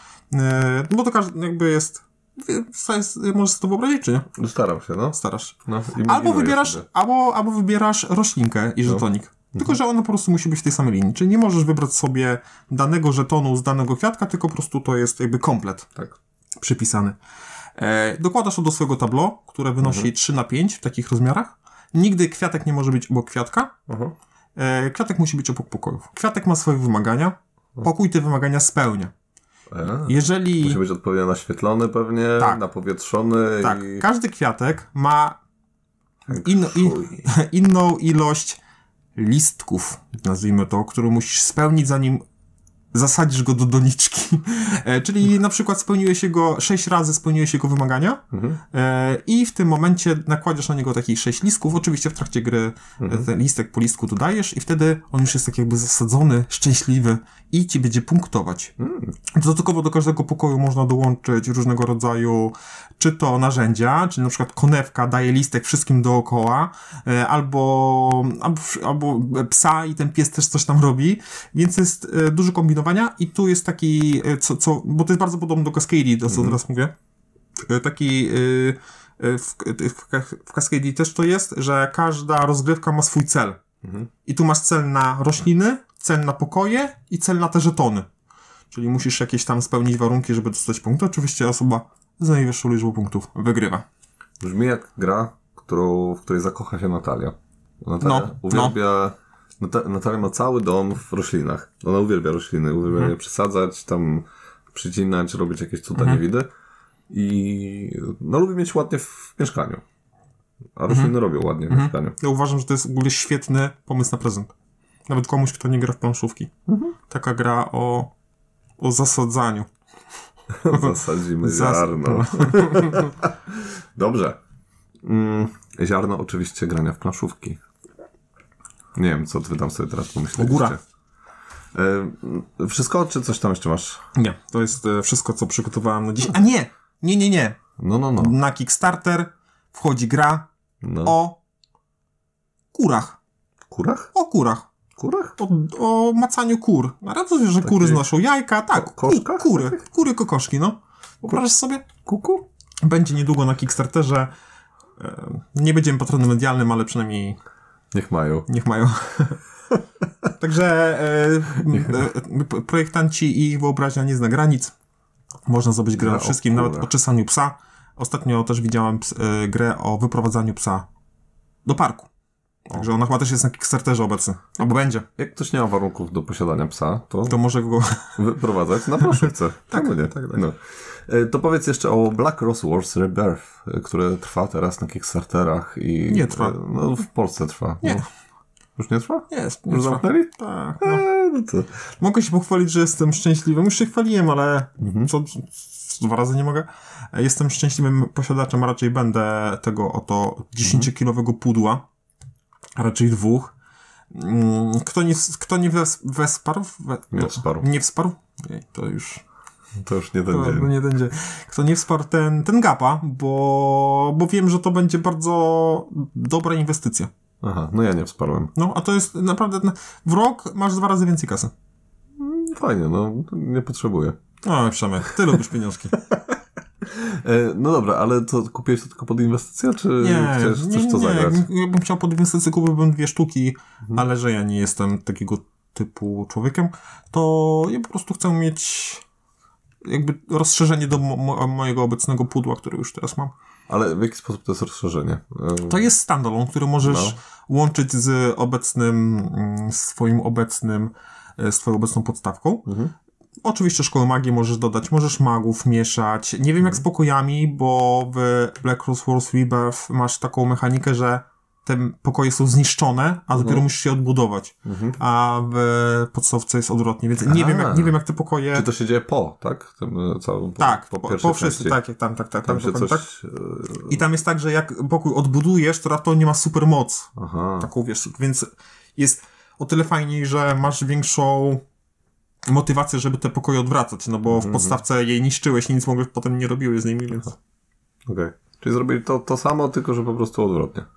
E, bo to każdy jakby jest, jest możesz sobie to wyobrazić, czy nie? Staram się, no. Starasz. no Albo imaginuję wybierasz, sobie. albo, albo wybierasz roślinkę i żetonik. Tylko, że ona po prostu musi być w tej samej linii. Czyli nie możesz wybrać sobie danego żetonu z danego kwiatka, tylko po prostu to jest jakby komplet Tak. przypisany. E, dokładasz to do swojego tableau, które wynosi Mhm. trzy na pięć w takich rozmiarach. Nigdy kwiatek nie może być obok kwiatka. Mhm. E, kwiatek musi być obok pokojów. Kwiatek ma swoje wymagania. Pokój te wymagania spełnia. E, Jeżeli... Musi być odpowiednio naświetlony pewnie, Tak. napowietrzony Tak, i... każdy kwiatek ma in, in, Fuj. inną ilość listków, nazwijmy to, którą musisz spełnić, zanim zasadzisz go do doniczki. E, czyli na przykład spełniłeś jego, sześć razy spełniłeś jego wymagania Mhm. e, i w tym momencie nakładziesz na niego takich sześć listków. Oczywiście w trakcie gry Mhm. e, ten listek po listku dodajesz i wtedy on już jest tak jakby zasadzony, szczęśliwy i ci będzie punktować. Mm. Dodatkowo do każdego pokoju można dołączyć różnego rodzaju, czy to narzędzia, czyli na przykład konewka daje listek wszystkim dookoła, e, albo, albo, albo psa i ten pies też coś tam robi, więc jest e, dużo kombinowania i tu jest taki, e, co, co, bo to jest bardzo podobne do Cascadii, to co Mhm. teraz mówię, e, taki... E, e, w, w, w Cascadii też to jest, że każda rozgrywka ma swój cel. Mhm. I tu masz cel na rośliny, cel na pokoje i cel na te żetony. Czyli musisz jakieś tam spełnić warunki, żeby dostać punkty. Oczywiście osoba z najwyższą liczbą punktów wygrywa. Brzmi jak gra, którą, w której zakocha się Natalia. Natalia No, uwielbia... Nata- Natalia ma cały dom w roślinach. Ona uwielbia rośliny, uwielbia Mhm. je przesadzać, tam przycinać, robić jakieś cuda Mhm. niewidy. I no lubi mieć ładnie w mieszkaniu. A rośliny robią ładnie w Mhm. mieszkaniu. Ja uważam, że to jest w ogóle świetny pomysł na prezent. Nawet komuś, kto nie gra w planszówki. Mhm. Taka gra o, o zasadzaniu. Zasadzimy Zas- ziarno. Dobrze. Mm, ziarno oczywiście grania w planszówki. Nie wiem, co wy tam sobie teraz pomyśleliście. Góra. E, wszystko, czy coś tam jeszcze masz? Nie, to jest e, wszystko, co przygotowałem na dziś. A nie! Nie, nie, nie. No, no, no. Na Kickstarter wchodzi gra no. o kurach. Kurach? O kurach. Kurach? O, o macaniu kur. A to, że kury znoszą jajka. Tak, Ko- koszkach? ku, kury. Kury kokoszki, no. Wyobrażasz sobie? Kuku? Będzie niedługo na Kickstarterze. E, nie będziemy patronem medialnym, ale przynajmniej Niech mają. niech mają. Także e, e, projektanci i ich wyobraźnia nie zna granic. Można zdobyć grę Gra o o wszystkim, nawet kurach. o czesaniu psa. Ostatnio też widziałem ps, e, grę o wyprowadzaniu psa do parku. Także ona chyba też jest na Kickstarterze obecny. Albo będzie. Jak ktoś nie ma warunków do posiadania psa, to, To może go... wyprowadzać na planszówce. Tak, Czemu nie? tak, tak. No. E, To powiedz jeszcze o Black Rose Wars Rebirth, e, które trwa teraz na Kickstarterach i... Nie trwa. e, No, w Polsce trwa. Nie. No. Już nie trwa? Jest. Już zamknęli? Tak. No. E, no to... Mogę się pochwalić, że jestem szczęśliwym. Już się chwaliłem, ale Mhm. co, co dwa razy nie mogę. Jestem szczęśliwym posiadaczem, a raczej będę tego oto dziesięciokilowego pudła. A raczej dwóch. Mm, Kto nie, kto nie wes, wesparł? We, Nie wsparł. Nie wsparł? Ej, to już... To już nie ten To, dzień. to nie będzie. Kto nie wsparł ten, ten gapa, bo, bo wiem, że to będzie bardzo dobra inwestycja. Aha, no ja nie wsparłem. No, a to jest naprawdę... W rok masz dwa razy więcej kasy. Fajnie, no nie potrzebuję. O, Przemek, ty lubisz pieniążki. E, no dobra, ale to kupiłeś to tylko pod inwestycję, czy Nie, chcesz nie, coś to nie. zagrać? Jakbym chciał pod inwestycję, kupiłbym dwie sztuki, ale że ja nie jestem takiego typu człowiekiem, to ja po prostu chcę mieć jakby rozszerzenie do mo- mo- mojego obecnego pudła, które już teraz mam. Ale w jaki sposób to jest rozszerzenie? To jest standalone, który możesz no. łączyć z obecnym, z swoim obecnym, z twoją obecną podstawką. Mhm. Oczywiście szkołę magii możesz dodać, możesz magów mieszać. Nie wiem jak z pokojami, bo w Black Cross Wars Rebirth masz taką mechanikę, że te pokoje są zniszczone, a dopiero mhm. musisz je odbudować. Mhm. A w podstawce jest odwrotnie, więc nie wiem, jak, nie wiem jak te pokoje... Czy to się dzieje po, tak? Tym, całym, po, tak, po, po, po wszyscy, tak, jak tam, tak, tak. Tam, tam się coś... tak. I tam jest tak, że jak pokój odbudujesz, to raptor nie ma super moc. Aha. Taką, wiesz, więc jest o tyle fajniej, że masz większą motywację, żeby te pokoje odwracać, no bo mhm. w podstawce jej niszczyłeś i nic mogłeś potem nie robiły z nimi, więc... Okej. Okay. Czyli zrobili to, to samo, tylko że po prostu odwrotnie.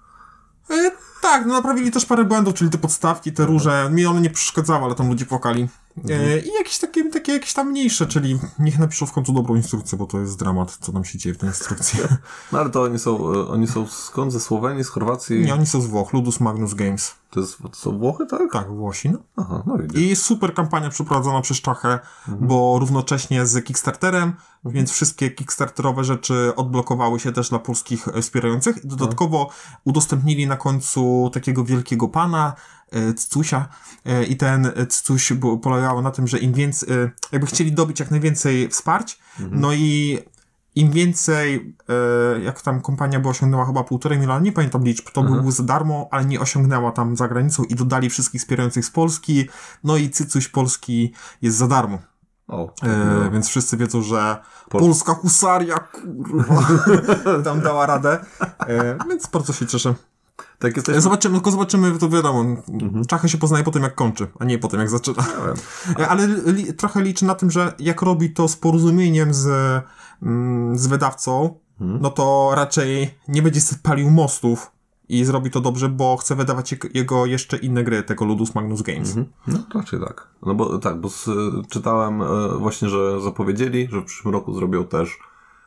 E, tak, no naprawili też parę błędów, czyli te podstawki, te róże, mi one nie przeszkadzały, ale tam ludzie płakali. Mhm. E, I jakieś takie, takie jakieś tam mniejsze, czyli niech napiszą w końcu dobrą instrukcję, bo to jest dramat, co tam się dzieje w tej instrukcji. No ale to oni są, oni są skąd? Ze Słowenii, z Chorwacji? Nie, oni są z Włoch, Ludus Magnus Games. To, jest, to są Włochy, tak? Tak, Włosi, no. Aha, no widzisz. I super kampania przeprowadzona przez Czachę, mhm. bo równocześnie z Kickstarterem, mhm. więc wszystkie Kickstarterowe rzeczy odblokowały się też dla polskich wspierających. Dodatkowo mhm. udostępnili na końcu takiego wielkiego pana, Ccusia, i ten Ccuś polegało na tym, że im więcej, jakby chcieli dobić jak najwięcej wsparć, mhm. no i im więcej, jak tam kompania by osiągnęła chyba półtorej miliona, nie pamiętam liczb, to mhm. był za darmo, ale nie osiągnęła tam za granicą i dodali wszystkich wspierających z Polski, no i Cycuś Polski jest za darmo. O, e, no. Więc wszyscy wiedzą, że Pol- polska husaria, kurwa, tam dała radę, e, więc bardzo się cieszę. Tak jesteśmy... Zobaczymy, tylko zobaczymy, to wiadomo, mhm. Czachę się poznaje po tym, jak kończy, a nie po tym, jak zaczyna. Ja Ale li, trochę liczę na tym, że jak robi to z porozumieniem z, mm, z wydawcą, mhm. no to raczej nie będzie palił mostów i zrobi to dobrze, bo chce wydawać jego jeszcze inne gry, tego Ludus Magnus Games. Mhm. No raczej tak. No bo tak, bo z, czytałem właśnie, że zapowiedzieli, że w przyszłym roku zrobią też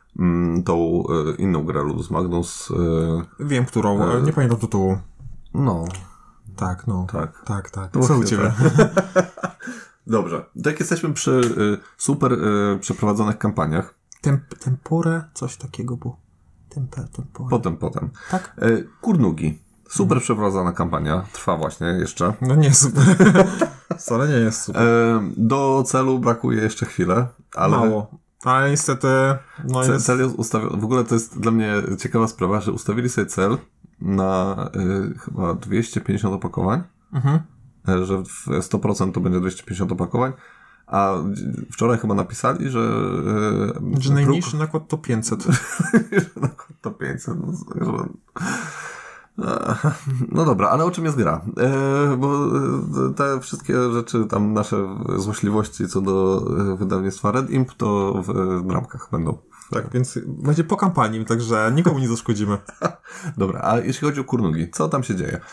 tą e, inną grę Ludus Magnus. E, Wiem, którą, e, nie pamiętam tytułu. No. Tak, no. Tak, tak. tak. Co u ciebie? Tak. Dobrze. Tak jesteśmy przy e, super e, przeprowadzonych kampaniach. Temp, tempore? Coś takiego było. Tempe, tempore. Potem, potem. Tak? E, Kurnugi. Super hmm. przeprowadzona kampania. Trwa właśnie jeszcze. No nie super. Wcale nie jest super. E, do celu brakuje jeszcze chwilę. Ale... Mało. Ale niestety... No cel, jest... cel jest ustawiony... W ogóle to jest dla mnie ciekawa sprawa, że ustawili sobie cel na y, chyba dwieście pięćdziesiąt opakowań, mhm. y, że w sto procent to będzie dwieście pięćdziesiąt opakowań, a wczoraj chyba napisali, że... Y, że najmniejszy próg... nakład to pięćset. nakład to pięćset. No, że... No dobra, ale o czym jest gra? E, bo te wszystkie rzeczy, tam nasze złośliwości co do wydawnictwa Red Imp, to w, w ramkach będą. Tak, więc będzie po kampanii, także nikomu nie zaszkodzimy. Dobra, a jeśli chodzi o Kurnugi, co tam się dzieje?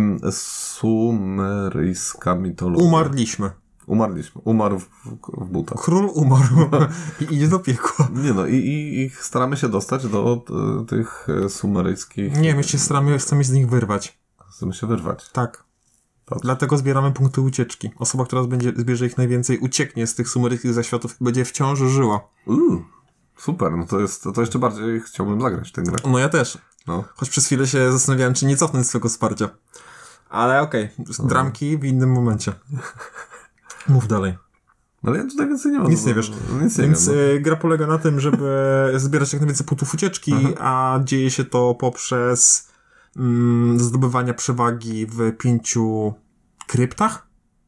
Sumeryjska mitologia. Umarliśmy. Umarliśmy. Umarł w, w butach. Król umarł i idzie do piekła. Nie no, i, i, i staramy się dostać do t, tych sumeryjskich... Nie, my się staramy, chcemy z nich wyrwać. Chcemy się wyrwać. Tak. Dobrze. Dlatego zbieramy punkty ucieczki. Osoba, która będzie, zbierze ich najwięcej, ucieknie z tych sumeryjskich zaświatów i będzie wciąż żyła. Uuu, super, no to jest, to jeszcze bardziej chciałbym zagrać w tę grę. No ja też. No. Choć przez chwilę się zastanawiałem, czy nie cofnąć swego wsparcia. Ale okej, okay. Dramki w innym momencie. Mów dalej. Ale ja tutaj więcej nie mam. Nic nie wiesz. Nic nie Więc wiem, no. Gra polega na tym, żeby zbierać jak najwięcej punktów ucieczki, aha. a dzieje się to poprzez mm, zdobywania przewagi w pięciu kryptach.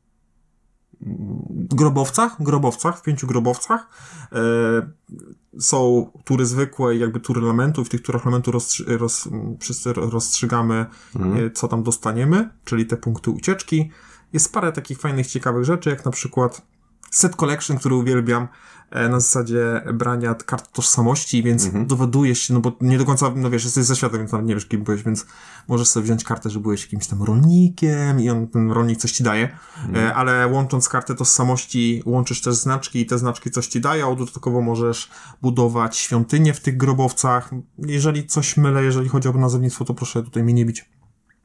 Grobowcach? Grobowcach, w pięciu grobowcach. E, są tury zwykłe i jakby tury elementów. W tych turach elementu rozstrzy- roz, wszyscy rozstrzygamy, mhm. e, co tam dostaniemy, czyli te punkty ucieczki. Jest parę takich fajnych, ciekawych rzeczy, jak na przykład set collection, który uwielbiam, e, na zasadzie brania kart tożsamości, więc mhm. dowiadujesz się, no bo nie do końca, no wiesz, jesteś ze świata, więc tam nie wiesz, kim byłeś, więc możesz sobie wziąć kartę, że byłeś jakimś tam rolnikiem i on, ten rolnik coś ci daje, mhm. e, ale łącząc kartę tożsamości, łączysz też znaczki i te znaczki coś ci dają, dodatkowo możesz budować świątynie w tych grobowcach. Jeżeli coś mylę, jeżeli chodzi o nazewnictwo, to proszę tutaj mnie nie bić.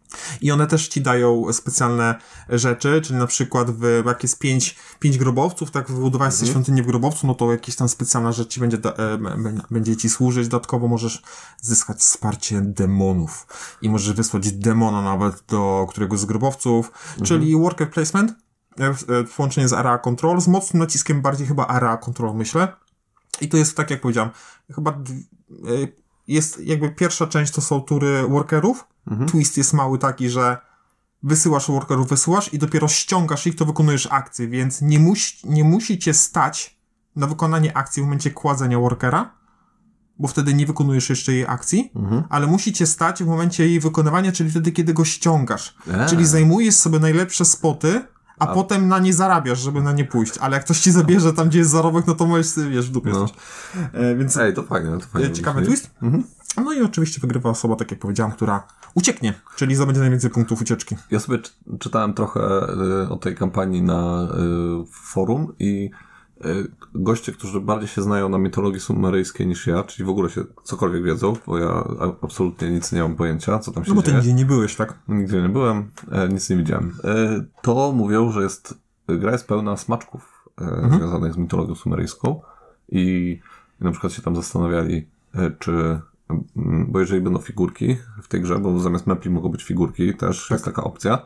I one też ci dają specjalne rzeczy, czyli na przykład w, jak jest pięć, pięć grobowców, tak wybudowałeś sobie Mhm. świątynię w grobowcu, no to jakieś tam specjalna rzecz ci będzie, da, e, b- będzie ci służyć. Dodatkowo możesz zyskać wsparcie demonów i możesz wysłać demona nawet do któregoś z grobowców, czyli worker placement, e, e, połączenie z area control, z mocnym naciskiem bardziej chyba area control, myślę. I to jest tak, jak powiedziałem, chyba d- e, jest jakby pierwsza część to są tury workerów. Mhm. Twist jest mały taki, że wysyłasz workerów, wysyłasz i dopiero ściągasz ich, to wykonujesz akcję, więc nie musi, nie musi cię stać na wykonanie akcji w momencie kładzenia workera, bo wtedy nie wykonujesz jeszcze jej akcji, mhm. ale musi cię stać w momencie jej wykonywania, czyli wtedy, kiedy go ściągasz. Eee. Czyli zajmujesz sobie najlepsze spoty, a, a potem na nie zarabiasz, żeby na nie pójść. Ale jak ktoś ci zabierze tam, gdzie jest zarobek, no to możesz sobie, wiesz, w dupie no. e, więc Ej, to fajnie, to fajnie. Ciekawy twist. Mhm. No i oczywiście wygrywa osoba, tak jak powiedziałam, która ucieknie, czyli zdobędzie najwięcej punktów ucieczki. Ja sobie czy- czytałem trochę y, o tej kampanii na y, forum i y, goście, którzy bardziej się znają na mitologii sumeryjskiej niż ja, czyli w ogóle się cokolwiek wiedzą, bo ja a, absolutnie nic nie mam pojęcia, co tam się no bo dzieje. ty nigdzie nie byłeś, tak? Nigdzie nie byłem, e, nic nie widziałem. E, to mówią, że jest gra jest pełna smaczków e, mhm. związanych z mitologią sumeryjską i, i na przykład się tam zastanawiali, e, czy bo jeżeli będą figurki w tej grze, bo zamiast mapli mogą być figurki, też tak. jest taka opcja,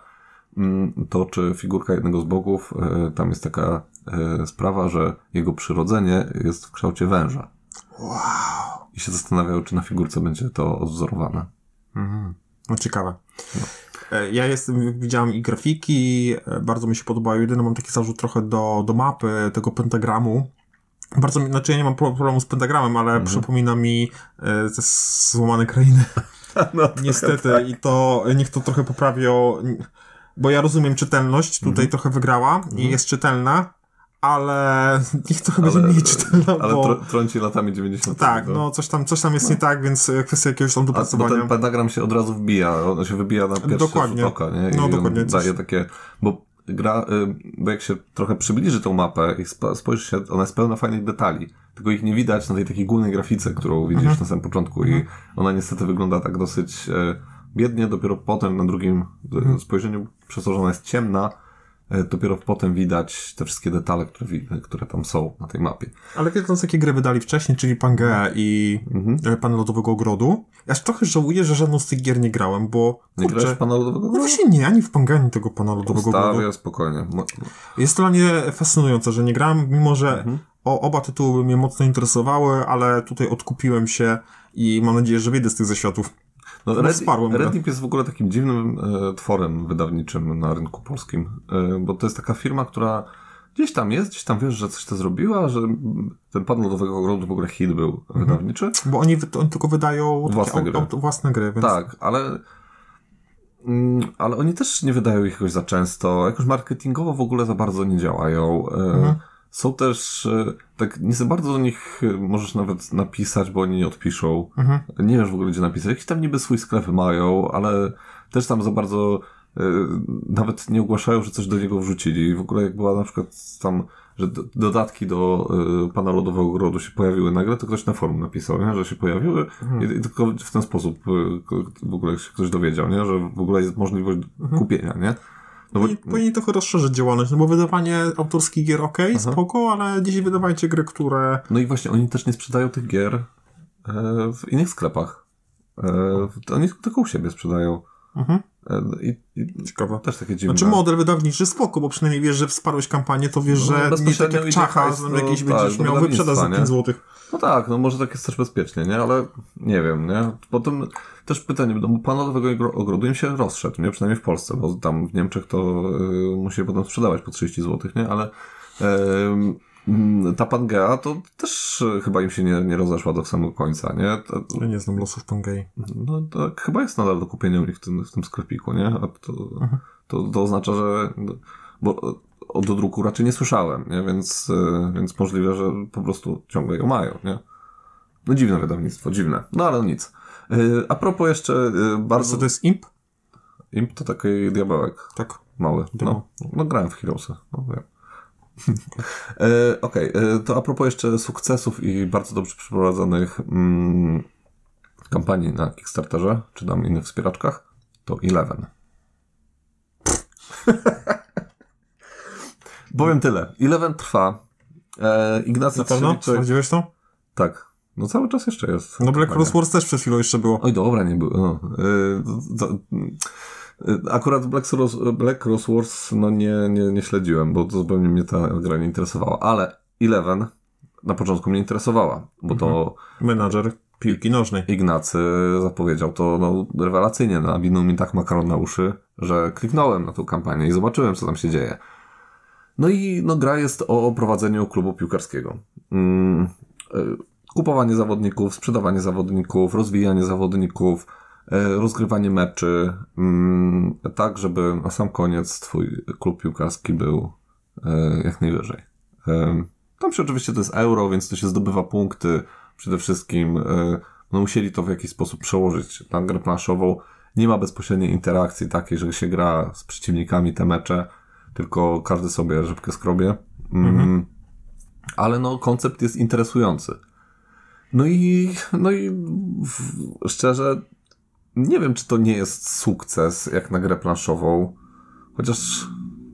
to czy figurka jednego z bogów, tam jest taka sprawa, że jego przyrodzenie jest w kształcie węża. Wow. I się zastanawiają, czy na figurce będzie to odwzorowane. Mhm. No ciekawe. No. Ja jestem, widziałem i grafiki, bardzo mi się podobało. Jedyny mam taki zarzut trochę do, do mapy, tego pentagramu. Bardzo, znaczy ja nie mam problemu z pentagramem, ale mhm. przypomina mi e, te złamane krainy. No, niestety. Tak. I to niech to trochę poprawią, bo ja rozumiem czytelność, tutaj mhm. trochę wygrała mhm. i jest czytelna, ale niech trochę będzie mniej czytelna, ale bo... tr- trąci latami dziewięćdziesiątymi. Tak, no coś tam, coś tam jest no. nie tak, więc kwestia jakiegoś tam dopracowania. A, bo ten pentagram się od razu wbija, on się wybija na pierwszy rzut oka, nie? I no dokładnie. daje coś... takie... Bo gra, bo jak się trochę przybliży tą mapę i spojrzysz się, ona jest pełna fajnych detali, tylko ich nie widać na tej takiej głównej grafice, którą widzisz mhm. na samym początku i ona niestety wygląda tak dosyć e, biednie, dopiero potem na drugim mhm. spojrzeniu, przez to, że ona jest ciemna, e, dopiero potem widać te wszystkie detale, które, które tam są na tej mapie. Ale wiedząc, jakie gry wydali wcześniej, czyli Pangea i mhm. Pan Lodowego Ogrodu, ja trochę żałuję, że żadną z tych gier nie grałem, bo... Nie kurczę, grałeś w Pana Lodowego Ogrodu? No właśnie nie, ani w Pangea, ani tego Pana Lodowego Ogrodu. Ustawię, spokojnie. Jest to dla mnie fascynujące, że nie grałem, mimo że mhm. o, oba tytuły mnie mocno interesowały, ale tutaj odkupiłem się i mam nadzieję, że wyjdę z tych zaświatów. No, Red, Red Deep jest w ogóle takim dziwnym e, tworem wydawniczym na rynku polskim, e, bo to jest taka firma, która gdzieś tam jest, gdzieś tam wiesz, że coś to zrobiła, że ten Pan Lodowego Ogrodu w ogóle hit był mhm. wydawniczy. Bo oni, oni tylko wydają własne takie, gry. Auto, własne gry, więc... Tak, ale mm, ale oni też nie wydają ich jakoś za często, jakoś marketingowo w ogóle za bardzo nie działają. E, mhm. Są też, tak nie za bardzo do nich możesz nawet napisać, bo oni nie odpiszą. Mhm. Nie wiesz w ogóle, gdzie napisać. Jakiś tam niby swój sklep mają, ale też tam za bardzo y, nawet nie ogłaszają, że coś do niego wrzucili. I w ogóle jak była na przykład tam, że do, dodatki do y, Pana Lodowego Ogrodu się pojawiły nagle, to ktoś na forum napisał, nie? Że się pojawiły mhm. i, i tylko w ten sposób y, w ogóle się ktoś dowiedział, nie? Że w ogóle jest możliwość mhm. kupienia, nie? No bo... Powinni trochę rozszerzyć działalność, no bo wydawanie autorskich gier okej, okay, spoko, ale dzisiaj wydawajcie gry, które... No i właśnie, oni też nie sprzedają tych gier e, w innych sklepach. E, oni tylko u siebie sprzedają. Mhm. E, i, i Ciekawe. Też takie dziwne. Znaczy model wydawniczy spoko, bo przynajmniej wiesz, że wsparłeś kampanię, to wiesz, no, że nie tak jak Czacha, no, jakieś tak, będziesz miał wyprzedać za pięć złotych. No tak, no może tak jest też bezpiecznie, nie? Ale nie wiem, nie? Potem też pytanie, bo Pan Lodowego Ogrodu im się rozszedł, nie? Przynajmniej w Polsce, bo tam w Niemczech to y, musi potem sprzedawać po trzydzieści złotych, nie? Ale y, ta Pangea to też chyba im się nie, nie rozeszła do samego końca, nie? To, ja nie znam losów Pangei. No tak, chyba jest nadal do kupienia u nich w tym, w tym sklepiku, nie? A to, mhm. to, to oznacza, że... Bo o do druku raczej nie słyszałem, nie? Więc, więc możliwe, że po prostu ciągle ją mają, nie? No dziwne wydawnictwo, dziwne. No ale nic. A propos jeszcze bardzo... Co to jest Imp? Imp to taki diabełek. Tak. Mały. No, no grałem w Heroesy. No, wiem. e, Okej, okay. To a propos jeszcze sukcesów i bardzo dobrze przeprowadzonych mm, kampanii na Kickstarterze, czy tam innych wspieraczkach. to Eleven. Powiem tyle. Eleven trwa. E, Ignacy Na pewno? Trzewiczek... Sprawdziłeś to? Tak. No cały czas jeszcze jest. No Black Rose Wars też przed chwilą jeszcze było. Oj, dobra, nie było. No. E, to, to, akurat Black Rose, Black Rose Wars no nie, nie, nie śledziłem, bo to zupełnie mnie ta gra nie interesowała. Ale Eleven na początku mnie interesowała, bo to... Menadżer piłki nożnej. Ignacy zapowiedział to no, rewelacyjnie. Nawinął mi tak makaron na uszy, że kliknąłem na tą kampanię i zobaczyłem, co tam się dzieje. No i no, gra jest o prowadzeniu klubu piłkarskiego. Mm, y, kupowanie zawodników, sprzedawanie zawodników, rozwijanie zawodników, y, rozgrywanie meczy, y, tak, żeby na sam koniec twój klub piłkarski był y, jak najwyżej. Y, tam się oczywiście to jest euro, więc to się zdobywa punkty. Przede wszystkim y, no, musieli to w jakiś sposób przełożyć na grę planszową. Nie ma bezpośredniej interakcji takiej, że się gra z przeciwnikami te mecze, tylko każdy sobie rzepkę skrobie. Mm, mhm. Ale no, koncept jest interesujący. No i, no i w, szczerze, nie wiem, czy to nie jest sukces, jak na grę planszową. Chociaż,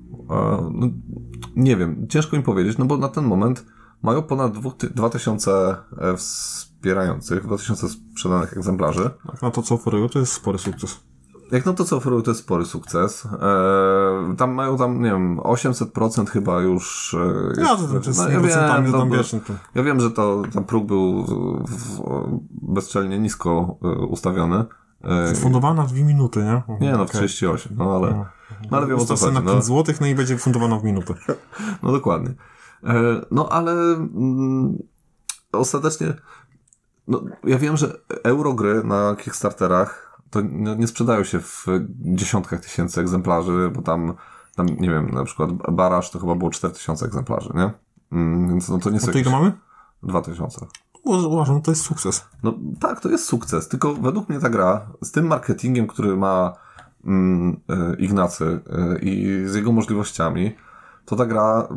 e, no, nie wiem, ciężko mi powiedzieć, no bo na ten moment mają ponad dwa tysiące wspierających, dwa tysiące sprzedanych egzemplarzy. Jak na to, co oferują, to jest spory sukces. Jak na to, co oferują, to jest spory sukces. Eee, tam mają tam, nie wiem, osiemset procent chyba już... E, ja, to tam jest no, ja, wiem, to, tam wiesz, to... ja wiem, że to ten próg był w, w, bezczelnie nisko e, ustawiony. E, Fundowana w dwie minuty, nie? Nie, no w trzydzieści osiem, no ale... No, no ale wiem, o co chodzi. na pięć złotych, no i będzie fundowana w minutę. No dokładnie. E, no ale mm, ostatecznie no, ja wiem, że eurogry na Kickstarterach to nie, nie sprzedają się w dziesiątkach tysięcy egzemplarzy, bo tam, tam nie wiem, na przykład Baraż to chyba było cztery tysiące egzemplarzy, nie? Mm, więc no to nie są... A to ile mamy? dwa tysiące. Uważam, no to jest sukces. No tak, to jest sukces, tylko według mnie ta gra z tym marketingiem, który ma mm, e, Ignacy e, i z jego możliwościami, to ta gra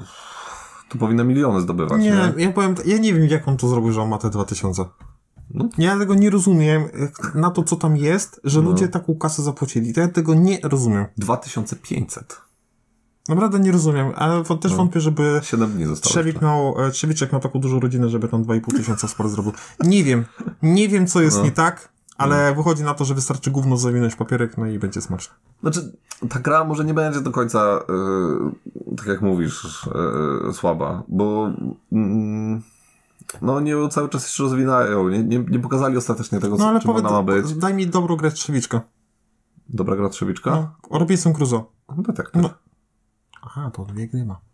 to powinna miliony zdobywać. Nie, nie? ja powiem, ja nie wiem, jak on to zrobił, że on ma te dwa tysiące. No. Ja tego nie rozumiem, na to, co tam jest, że no. ludzie taką kasę zapłacili. To ja tego nie rozumiem. dwa tysiące pięćset. Naprawdę nie rozumiem, ale też no. wątpię, żeby siedem dni zostało. Trzewik miał, Trzewiczek miał taką dużą rodzinę, żeby tam dwa i pół tysiąca sporo zrobił. Nie wiem. Nie wiem, co jest no. nie tak, ale no. wychodzi na to, że wystarczy gówno zawinąć w papierek, no i będzie smaczne. Znaczy, ta gra może nie będzie do końca, yy, tak jak mówisz, yy, słaba, bo yy, no nie cały czas jeszcze rozwinają, nie, nie, nie pokazali ostatecznie tego, no, ale czym powiedz, ona ma być. Daj mi dobrą grę Trzewiczka. Dobra gra Trzewiczka? No, Robinson Crusoe. No tak. No. Aha, to dwie gry ma.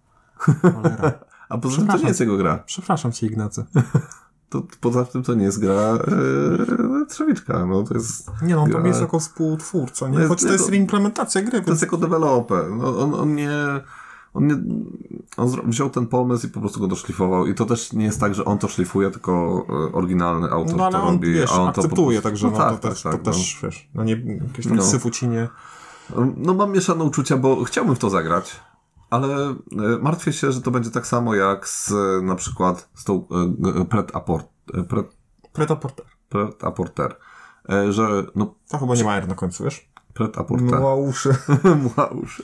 A poza tym to nie jest jego gra. Przepraszam cię, Ignacy. To poza tym to nie jest gra yy, Trzewiczka, no to jest... Nie no, on gra... tam jest jako współtwórca, nie? Choć to jest reimplementacja gry. To więc... jest jako deweloper. No, on, on nie... On, nie, on wziął ten pomysł i po prostu go doszlifował. I to też nie jest tak, że on to szlifuje, tylko oryginalny autor no, ale to on, robi. Wiesz, a on akceptuje, to po... także no, no, tak, to, też, tak, to tak, też, no. wiesz, no nie, jakieś tam no. syfucinie. No mam mieszane uczucia, bo chciałbym w to zagrać, ale martwię się, że to będzie tak samo jak z na przykład z tą Pret-a-Porter. Pret-a-Porter. Pret-a-Porter. Że no... To chyba nie ma R na końcu, wiesz? Pret-a-Porter. Mła uszy. Mła uszy.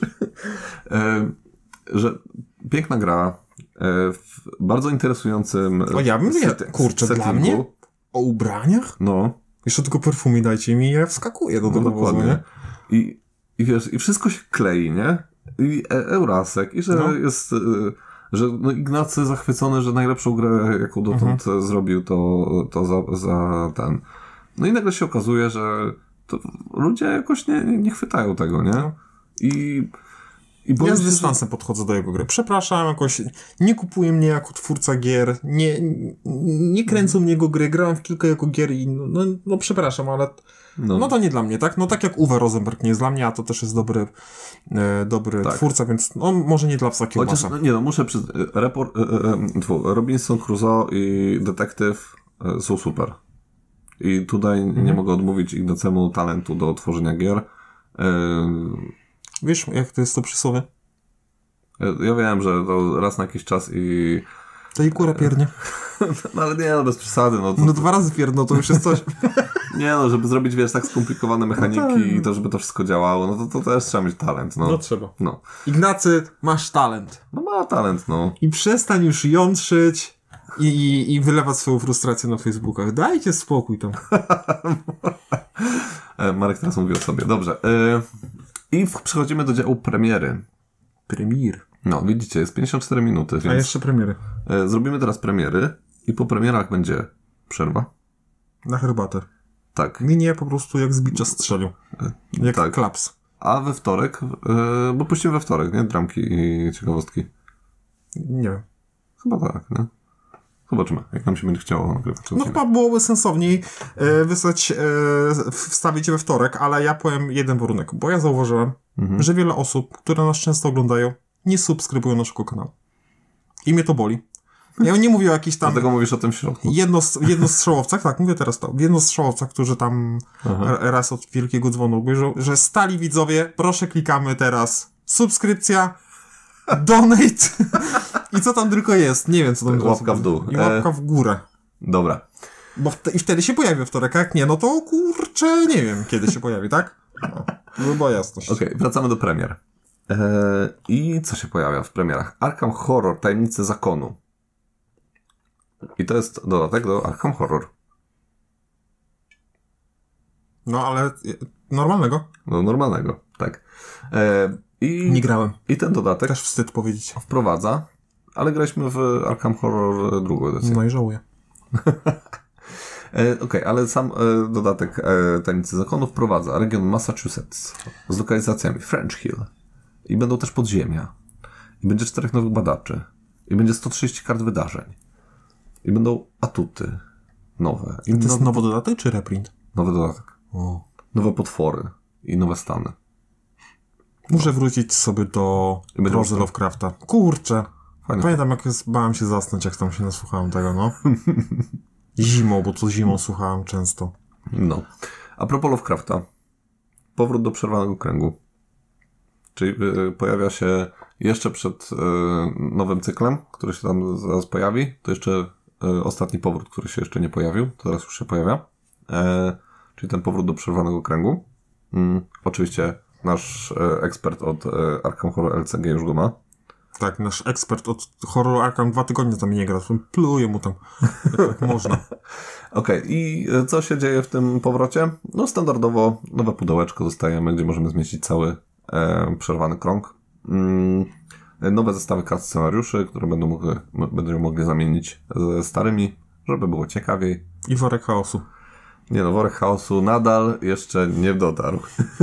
Że piękna gra w bardzo interesującym o, ja bym wie, kurczę, settingu. Dla mnie? O ubraniach? No. Jeszcze tylko perfumy dajcie mi i ja wskakuję do tego no, wozu, nie? I, I wiesz, i wszystko się klei, nie? I Eurasek, i że no. jest... że no Ignacy zachwycony, że najlepszą grę, jaką dotąd mhm. zrobił, to, to za, za ten. No i nagle się okazuje, że to ludzie jakoś nie, nie chwytają tego, nie? No. I... I ja z dystansem że... podchodzę do jego gry. Przepraszam, jakoś nie kupuje mnie jako twórca gier, nie, nie kręcą mnie jego gry, grałem w kilka jego gier i no, no, no przepraszam, ale no. no to nie dla mnie, tak? No tak jak Uwe Rosenberg nie jest dla mnie, a to też jest dobry e, dobry tak. twórca, więc no może nie dla psa kiełbasa. No, nie no, muszę przyznać, report, e, e, Robinson Crusoe i Detektyw e, są super. I tutaj mhm. nie mogę odmówić Ignacemu talentu do tworzenia gier. E, Wiesz, jak to jest to przysłowie? Ja wiem, że to raz na jakiś czas i... To i kura piernie. No ale nie, no bez przesady. No, to, no dwa razy pierdno, to już jest coś. Nie no, żeby zrobić, wiesz, tak skomplikowane mechaniki no tak. i to, żeby to wszystko działało, no to, to też trzeba mieć talent. No, no trzeba. No. Ignacy, masz talent. No ma talent, no. I przestań już jątrzyć i, i, i wylewać swoją frustrację na Facebookach. Dajcie spokój tam. Marek teraz mówi o sobie. Dobrze. I przechodzimy do działu premiery. Premier. No, widzicie, jest pięćdziesiąt cztery minuty. Więc a jeszcze premiery. Zrobimy teraz premiery i po premierach będzie przerwa. Na herbatę. Tak. Minie po prostu jak z bicza strzelił. Jak tak. klaps. A we wtorek, yy, bo puścimy we wtorek, nie? Dramki i ciekawostki. Nie wiem. Chyba tak, nie? Zobaczymy, jak nam się będzie chciało nagrywać. No chyba byłoby sensowniej e, wysłać, e, wstawić we wtorek, ale ja powiem jeden warunek, bo ja zauważyłem, mhm. że wiele osób, które nas często oglądają, nie subskrybują naszego kanału. I mnie to boli. Ja nie mówię o jakichś tam... Dlatego mówisz o tym w środku. Jedno, jednostrzałowcach, tak, mówię teraz to. Jednostrzałowcach, którzy tam Aha. raz od wielkiego dzwonu obejrzą, że stali widzowie, proszę klikamy teraz subskrypcja, donate i co tam tylko jest. Nie wiem, co tam Łapka w dół. I łapka w górę. Dobra. Bo wte, i wtedy się pojawi wtorek, a jak nie, no to kurczę, nie wiem, kiedy się pojawi, tak? No, żeby była jasność. Okej, okay, wracamy do premier. Eee, I co się pojawia w premierach? Arkham Horror, Tajemnice Zakonu. I to jest dodatek do Arkham Horror. No, ale normalnego? No, normalnego, tak. E, i, Nie grałem. I ten dodatek też wstyd powiedzieć. Wprowadza, ale graliśmy w Arkham Horror drugą edycję. No i żałuję. e, Okej, okay, ale sam e, dodatek e, Tajemnicy Zakonu wprowadza region Massachusetts z lokalizacjami French Hill. I będą też podziemia. I będzie czterech nowych badaczy. I będzie sto trzydzieści kart wydarzeń. I będą atuty nowe. I to jest nowy, nowy dodatek czy reprint? Nowy dodatek. O. Nowe potwory i nowe stany. Muszę no. wrócić sobie do prozy Lovecrafta. Kurczę. Fajne. Pamiętam, jak jest, bałem się zasnąć, jak tam się nasłuchałem tego, no. Zimą, bo to zimą słuchałem często. No. A propos Lovecrafta. Powrót do przerwanego kręgu. Czyli y, pojawia się jeszcze przed y, nowym cyklem, który się tam zaraz pojawi. To jeszcze y, ostatni powrót, który się jeszcze nie pojawił. Teraz już się pojawia. E, czyli ten powrót do przerwanego kręgu. Mm, oczywiście nasz e, ekspert od e, Arkham Horror L C G już go ma. Tak, nasz ekspert od Horror Arkham dwa tygodnie tam nie gra. Pluję mu tam. Jak można. Okej, okay. I co się dzieje w tym powrocie? No standardowo nowe pudełeczko dostajemy, gdzie możemy zmieścić cały e, przerwany krąg. Mm, nowe zestawy kart scenariuszy, które będą mogły, będziemy mogli zamienić ze starymi, żeby było ciekawiej. I worek chaosu. Nie no, worek chaosu nadal jeszcze nie dotarł.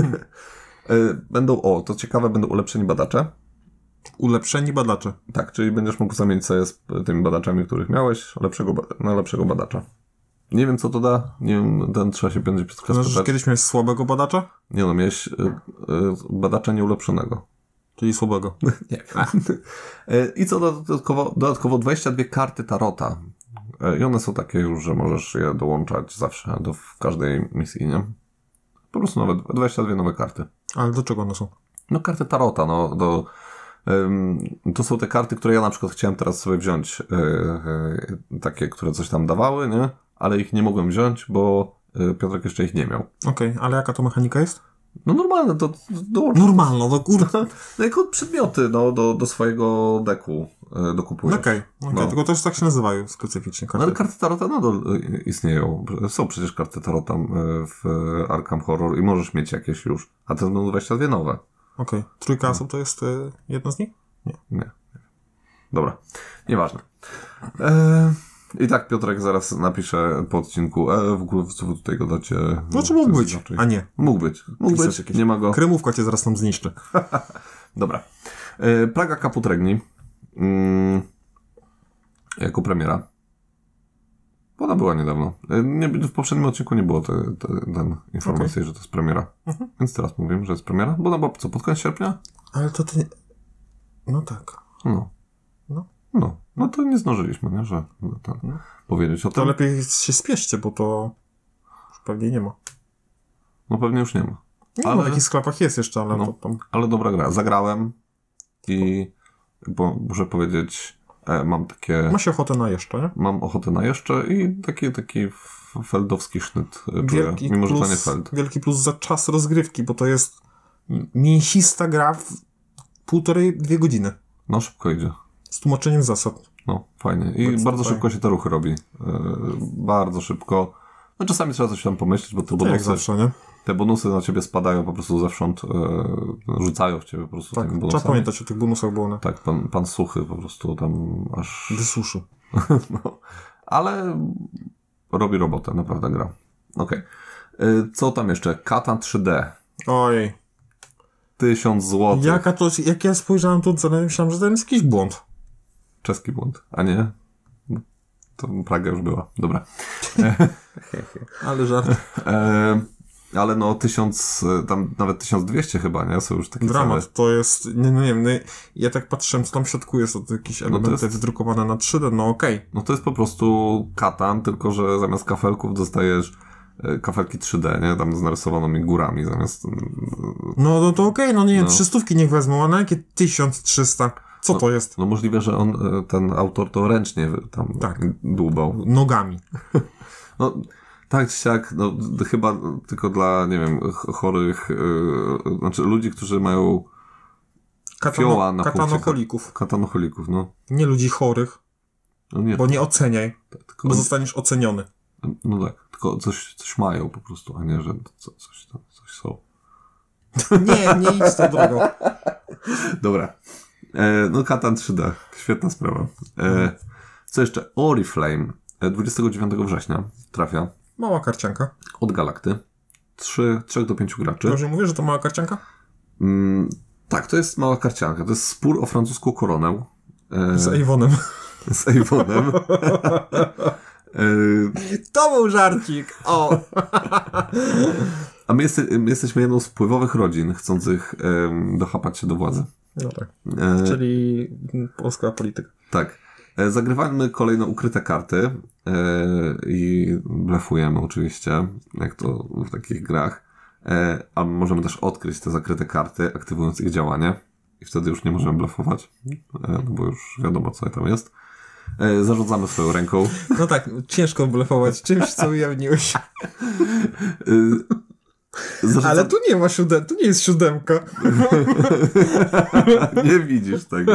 Będą, o, to ciekawe, będą ulepszeni badacze. Ulepszeni badacze. Tak, czyli będziesz mógł zamienić sobie z tymi badaczami, których miałeś, lepszego, na lepszego badacza. Nie wiem, co to da. Nie wiem, ten trzeba się będzie przez chwilę spytać. Kiedyś miałeś słabego badacza? Nie no, miałeś y, y, badacza nieulepszonego. Czyli słabego. Nie wiem. I co dodatkowo, dodatkowo dwadzieścia dwie karty tarota. I one są takie już, że możesz je dołączać zawsze do w każdej misji, nie? Po prostu nowe, dwadzieścia dwie nowe karty. Ale do czego one są? No karty tarota, no do... Ym, to są te karty, które ja na przykład chciałem teraz sobie wziąć, yy, yy, takie, które coś tam dawały, nie? Ale ich nie mogłem wziąć, bo yy, Piotrek jeszcze ich nie miał. Okej, okay, ale jaka to mechanika jest? No normalne, to... Do, Normalno, no kurde. No jako przedmioty, no, do, do swojego deku yy, dokupujesz. Okej, okay, okay. no. Tylko też tak się nazywają specyficznie karty. No, ale karty tarota nadal istnieją. Są przecież karty tarota w Arkham Horror i możesz mieć jakieś już. A to będą dwadzieścia dwie nowe. Okej. Okay. Trójka osób to jest y, jedna z nich? Nie. Nie. Dobra. Nieważne. Eee, I tak Piotrek zaraz napisze po odcinku, e, w ogóle co wy tutaj gadacie? No czy mógł być, a nie. Mógł być. Mógł być, jakieś. Nie ma go. Kremówka cię zaraz tam zniszczy. Dobra. E, Plaga Kaput Regni. Mm, jako premiera. Ona była niedawno. Nie, w poprzednim odcinku nie było te, te, ten informacji, okay. że to jest premiera. Mhm. Więc teraz mówimy, że jest premiera. Bo ona była co, pod koniec sierpnia? Ale to ty... No tak. No. No. No. No to nie zdążyliśmy, nie? Że no, to, no. powiedzieć o tym. To lepiej się spieszcie, bo to już pewnie nie ma. No pewnie już nie ma. Nie ale... ma, w takich sklepach jest jeszcze, ale no, to tam... Ale dobra gra. Zagrałem i bo muszę powiedzieć, E, mam takie... Ma się ochotę na jeszcze, nie? Mam ochotę na jeszcze i taki, taki feldowski sznyt e, czuję, Wielki mimo plus, że to nie feld. Wielki plus za czas rozgrywki, bo to jest mięsista gra w półtorej, dwie godziny. No, szybko idzie. Z tłumaczeniem zasad. No, fajnie. I Więc bardzo tutaj... szybko się te ruchy robi. E, bardzo szybko. No czasami trzeba coś tam pomyśleć, bo te To bonusy, jak zawsze, nie? te bonusy na ciebie spadają po prostu zewsząd, e, rzucają w ciebie po prostu Tak, tymi trzeba bonusami. pamiętać o tych bonusach, bo one Tak, pan, pan Suchy po prostu tam aż... wysuszy. no. Ale robi robotę, naprawdę gra. Okej. Okay. Co tam jeszcze? Katan trzy D. Ojej. Tysiąc złotych. Jaka to, jak ja spojrzałem tu cenę, myślałem, że to jest jakiś błąd. Czeski błąd. A nie? To Praga już była. Dobra. Ale żart. E, ale no tysiąc, tam nawet tysiąc dwieście chyba, nie? Są już takie Dramat, ceny. to jest, nie, nie wiem, no, ja tak patrzyłem, co tam w środku jest, to jakieś elementy jest- wydrukowane na trzy D, no okej. Okay. No to jest po prostu Katan, tylko że zamiast kafelków dostajesz e, kafelki trzy D, nie? Tam z narysowanymi górami zamiast... No, no to okej, okay, no nie wiem, No. trzy stówki niech wezmą, a na jakie tysiąc trzysta? Co to jest? No możliwe, że on, e, ten autor to ręcznie tam Tak. dłubał. Nogami. No tak czy siak, no d- chyba tylko dla, nie wiem, ch- chorych, yy, znaczy ludzi, którzy mają fioła na punkcie Katanocholików. katanocholików, no. Nie ludzi chorych, No nie, bo nie oceniaj, tylko, bo zostaniesz oceniony. no tak, tylko coś, coś mają po prostu, a nie, że co, coś tam, coś są. Nie, nie idź tą drogą. Dobra. E, no Katan trzy D, świetna sprawa. E, co jeszcze? Oriflame, e, dwudziestego dziewiątego września trafia Mała karcianka. od Galakty. trzy do pięciu graczy. Dobrze mówię, że to mała karcianka? Mm, tak, to jest mała karcianka. To jest spór o francuską koronę. E, Z Avonem. z Avonem. e, To był żarcik. O! a my, jeste, my jesteśmy jedną z wpływowych rodzin chcących e, dochapać się do władzy. No tak. E, Czyli polska polityka. tak. E, zagrywamy kolejno ukryte karty e, i blefujemy oczywiście, jak to w takich grach. E, a możemy też odkryć te zakryte karty, aktywując ich działanie. I wtedy już nie możemy blefować, e, no bo już wiadomo, co tam jest. E, zarządzamy swoją ręką. No tak, ciężko blefować czymś, co ujawniłeś. E, zarządza... Ale tu nie ma siódemki, tu nie jest siódemka. nie widzisz tego.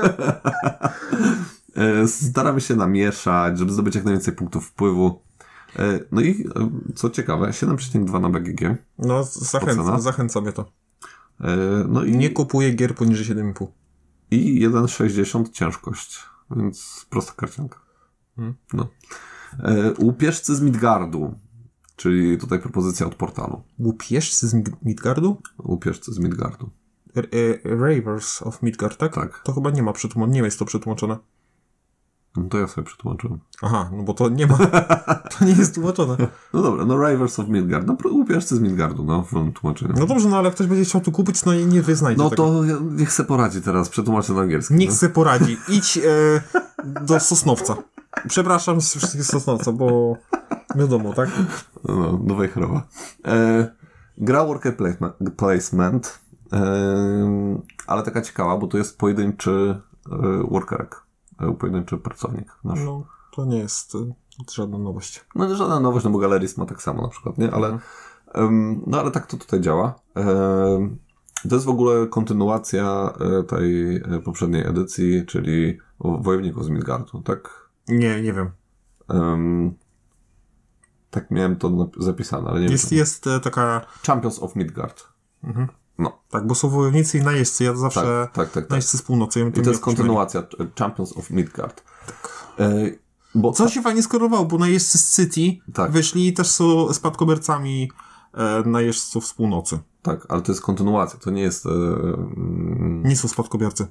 E, staramy się namieszać, żeby zdobyć jak najwięcej punktów wpływu. E, no i e, co ciekawe, siedem przecinek dwa na B G G. No, Ocena? zachęcam, zachęca mnie to. E, no i, Nie kupuję gier poniżej siedem i pół. i jeden przecinek sześćdziesiąt ciężkość, więc prosta karcianka. Hmm. No. E, łupieżcy z Midgardu, czyli tutaj propozycja od portalu. Łupieżcy z Midgardu? Łupieżcy z Midgardu. R- e, Ravers of Midgard, tak? Tak. To chyba nie ma przetłumaczenia, nie jest to przetłumaczone. No to ja sobie przetłumaczyłem. Aha, no bo to nie ma, to nie jest tłumaczone. No dobra, no Ravers of Midgard, no pro- łupieżcy z Midgardu, no w tłumaczeniu. No dobrze, no ale jak ktoś będzie chciał tu kupić, no i nie wyznajdzie No tego. to ja- niech se poradzi teraz, przetłumaczę na angielski. Niech no. se poradzi. Idź e, do Sosnowca. Przepraszam z wszystkich z Sosnowca, bo wiadomo, tak? No, Nowej Choroba. E, gra worker placement, placement e, ale taka ciekawa, bo to jest pojedynczy e, workerek, e, pojedynczy pracownik nasz. No, No, to nie jest e, żadna nowość. no żadna nowość, no bo Galeris ma tak samo na przykład, nie? Ale, em, no ale tak to tutaj działa. E, to jest w ogóle kontynuacja e, tej e, poprzedniej edycji, czyli o Wojowników z Midgardu, tak? Nie, nie wiem. Em, tak miałem to nap- zapisane, ale nie Jest, wiem. jest e, taka... Champions of Midgard. Mhm. No. Tak, bo są wojownicy i najeźdźcy. Ja zawsze... Tak, tak, tak. tak. Najeźdźcy z północy. Ja I to jest kontynuacja e, Champions of Midgard. Tak. E, bo Co się fajnie skorowało, bo najeźdźcy z City Tak. wyszli i też są spadkobiercami e, najeźdźców z północy. tak, ale to jest kontynuacja, to nie jest... E, mm, Nie są spadkobiercy.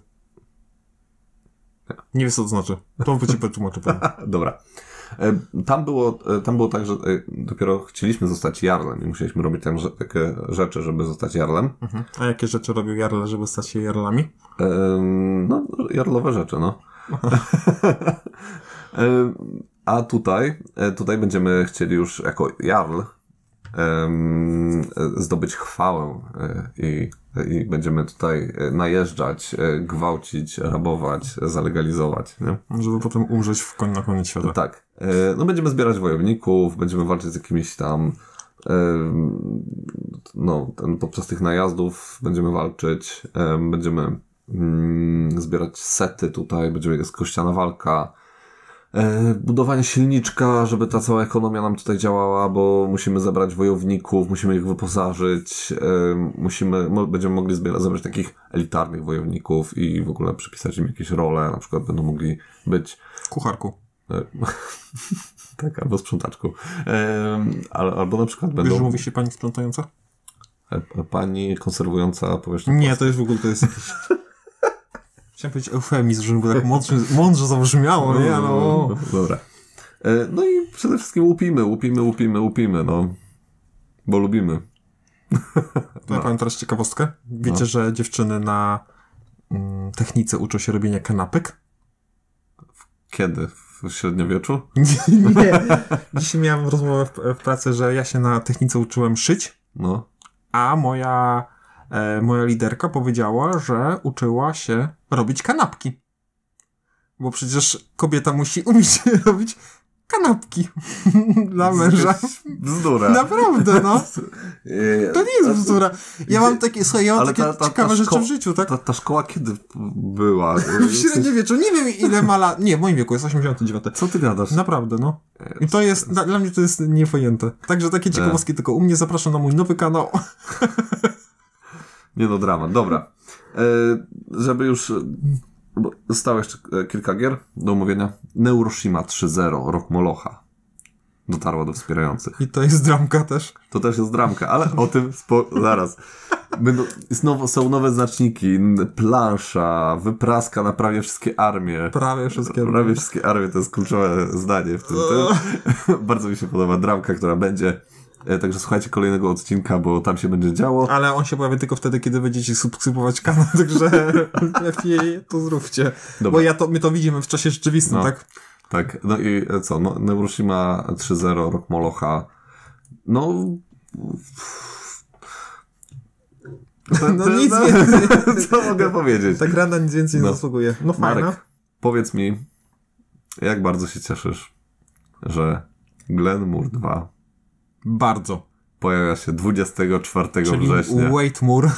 Nie wiesz, co to znaczy. To by ci przetłumaczę. powiem. dobra. E, tam, było, e, tam było tak, że e, dopiero chcieliśmy zostać jarlem i musieliśmy robić tam że, takie rzeczy, żeby zostać jarlem. Mhm. A jakie rzeczy robią jarle, żeby stać się jarlami? E, no, jarlowe rzeczy, no. e, a tutaj, e, tutaj będziemy chcieli już jako jarl em, zdobyć chwałę e, i, i będziemy tutaj najeżdżać, e, gwałcić, rabować, zalegalizować, nie? Żeby potem umrzeć w koń na koniec świata. Tak. E, no będziemy zbierać wojowników, będziemy walczyć z jakimiś tam e, no, ten, podczas tych najazdów będziemy walczyć, e, będziemy mm, zbierać sety tutaj, będzie jest kościana walka, e, budowanie silniczka, żeby ta cała ekonomia nam tutaj działała, bo musimy zebrać wojowników, musimy ich wyposażyć, e, musimy, mo, będziemy mogli zbierać, zebrać takich elitarnych wojowników i w ogóle przypisać im jakieś role, na przykład będą mogli być Kucharku. Tak, albo sprzątaczką. E, albo na przykład będą... Wiesz, że mówi się pani sprzątająca? Pani konserwująca powierzchnię. Nie, to jest w ogóle, to jest jakiś... Chciałem powiedzieć eufemizm, żeby tak mądrze, mądrze zabrzmiało, nie? No. Dobra. E, no i przede wszystkim łupimy, łupimy, łupimy, łupimy, no. Bo lubimy. To ja powiem teraz ciekawostkę. Wiecie, no. że dziewczyny na mm, technice uczą się robienia kanapek? Kiedy? W średniowieczu? Nie. Dzisiaj miałem rozmowę w, w pracy, że ja się na technice uczyłem szyć, no. a moja, e, moja liderka powiedziała, że uczyła się robić kanapki. Bo przecież kobieta musi umieć robić kanapki dla męża. Bzdura. Naprawdę, no. To nie jest bzdura. Ja mam takie, słuchaj, ja mam ale takie ta, ta, ciekawe ta rzeczy szko- w życiu, tak? Ta, ta szkoła kiedy była? W średniowieczu. Nie wiem, ile ma lat. Nie, w moim wieku jest osiemdziesiąty dziewiąty. Co ty gadasz? Naprawdę, no. I to jest, dla, dla mnie to jest niepojęte. Także takie ciekawostki tylko u mnie. Zapraszam na mój nowy kanał. Nie no, dramat. Dobra. E, żeby już... Bo zostało jeszcze kilka gier do omówienia. Neuroshima trzy zero, Rok Molocha. Dotarła do wspierających. I to jest dramka też. To też jest dramka, ale o tym spo... zaraz. Będą... Jest nowo... Są nowe znaczniki, plansza, wypraska na prawie wszystkie armie. Prawie wszystkie armie. Prawie wszystkie armie, to jest kluczowe zdanie w tym. tym. Bardzo mi się podoba dramka, która będzie. Także słuchajcie kolejnego odcinka, bo tam się będzie działo. Ale on się pojawi tylko wtedy, kiedy będziecie subskrybować kanał, także lepiej to zróbcie. Dobra. Bo ja to, my to widzimy w czasie rzeczywistym, no, tak? Tak, no i co, no, Neuroshima trzy zero, Rok Molocha, no... To, no to, nic no, więcej. Co mogę powiedzieć? Ta gra na nic więcej nie no. zasługuje. No fajna. Marek, powiedz mi, jak bardzo się cieszysz, że Glenmore dwa bardzo pojawia się dwudziestego czwartego Czyli września. Waitmore.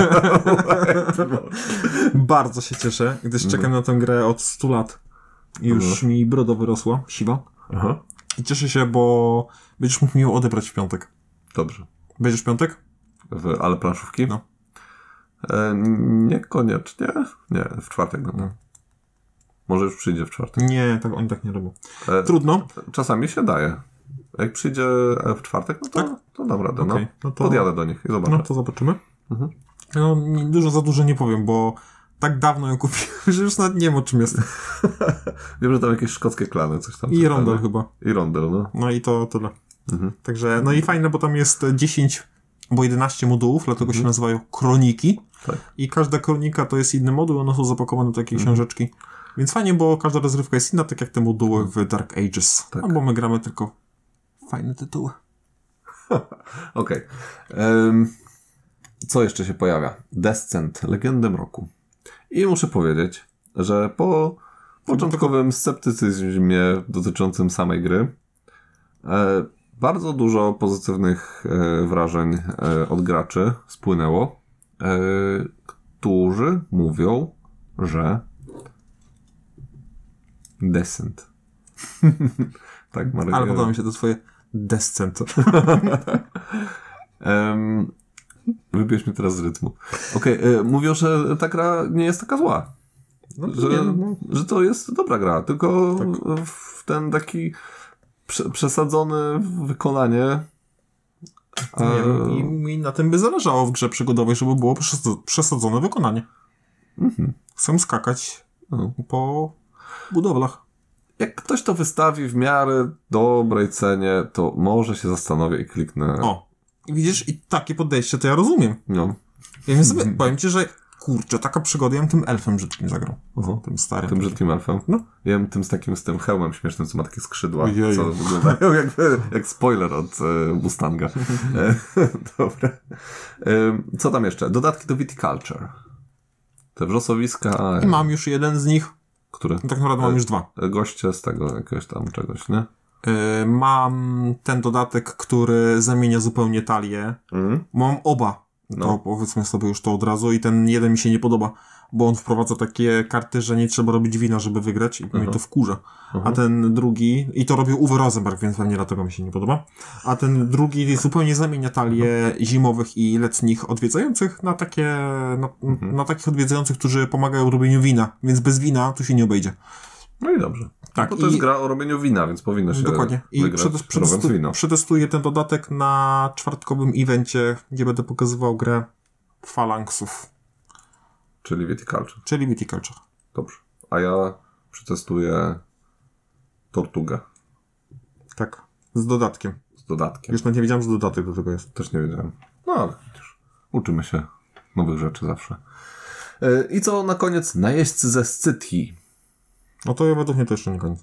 Bardzo się cieszę, gdyż mm. czekam na tę grę od stu lat. I już mhm. mi broda wyrosła, siwa. Aha. I cieszę się, bo będziesz mógł mi ją odebrać w piątek. Dobrze. Będziesz w piątek? W, ale planszówki? No. E, niekoniecznie. Nie, w czwartek będę. No. Może już przyjdzie w czwartek. Nie, tak, oni tak nie robią. E, Trudno. Czasami się daje. Jak przyjdzie w czwartek, no to, tak? to dam radę. Okay. No. No to... Podjadę do nich i zobaczę. No to zobaczymy. Mhm. No, dużo za dużo nie powiem, bo tak dawno ją kupiłem, że już nawet nie wiem, o czym jest. Wiem, że tam jakieś szkockie klany, coś tam. I Rondel chyba. I Rondel, no. No i to tyle. Mhm. Także, no i fajne, bo tam jest dziesięć albo jedenaście modułów, dlatego mhm. się nazywają kroniki. Tak. I każda kronika to jest inny moduł, one są zapakowane do takiej mhm. książeczki. Więc fajnie, bo każda rozrywka jest inna, tak jak te moduły w Dark Ages. Tak. Albo my gramy tylko fajne tytuły. Okej. Okay. Um, co jeszcze się pojawia? Descent, Legendę Mroku. I muszę powiedzieć, że po początkowym sceptycyzmie dotyczącym samej gry e, bardzo dużo pozytywnych e, wrażeń e, od graczy spłynęło, e, którzy mówią, że Descent. Tak, Marek. Ale podoba mi się to twoje Descent. um, Wybiłeś mnie teraz z rytmu. Okej, okay, mówią, że ta gra nie jest taka zła. No, że, nie, no. że to jest dobra gra, tylko tak. w ten taki prze, przesadzony wykonanie. A... Nie, i mi na tym by zależało w grze przygodowej, żeby było przesadzone wykonanie. Mhm. Chcę skakać mhm. po budowlach. Jak ktoś to wystawi w miarę dobrej cenie, to może się zastanowię i kliknę. O, i widzisz, i takie podejście to ja rozumiem. No. Ja sobie, powiem ci, że Kurczę, taka przygoda. Ja bym tym elfem brzydkim zagrał. Uh-huh. Tym starym. Tym brzydkim elfem? No. Ja bym tym z takim z tym hełmem śmiesznym, co ma takie skrzydła, Ojej. co wyglądają jak, jak spoiler od e, Mustanga. E, dobra. E, co tam jeszcze? Dodatki do Viticulture. Te wrzosowiska. I mam już jeden z nich. Które? Tak naprawdę mam już dwa. Goście z tego jakiegoś tam czegoś, nie? Yy, mam ten dodatek, który zamienia zupełnie talię. Mhm. Mam oba. To No. powiedzmy sobie już to od razu i ten jeden mi się nie podoba, bo on wprowadza takie karty, że nie trzeba robić wina, żeby wygrać i uh-huh. mnie to wkurza. Uh-huh. A ten drugi, i to robił Uwe Rosenberg, więc pewnie dlatego mi się nie podoba, a ten drugi zupełnie zamienia talię uh-huh. zimowych i letnich odwiedzających na takie, na, uh-huh. na takich odwiedzających, którzy pomagają w robieniu wina, więc bez wina tu się nie obejdzie. No i dobrze. Tak, no bo i... to jest gra o robieniu wina, więc powinno się Dokładnie. I wygrać przetestu- robiąc przetestu- wino. przetestuję ten dodatek na czwartkowym evencie, gdzie będę pokazywał grę Phalanxów. Czyli Viticulture. Czyli Viticulture. Dobrze. A ja przetestuję Tortugę. Tak. Z dodatkiem. Z dodatkiem. Już nawet nie wiedziałem, że dodatek do tego jest. Też nie wiedziałem. No ale przecież uczymy się nowych rzeczy zawsze. Yy, I co na koniec? Najeźdźcy ze Scythii. No to według mnie to jeszcze nie koniec.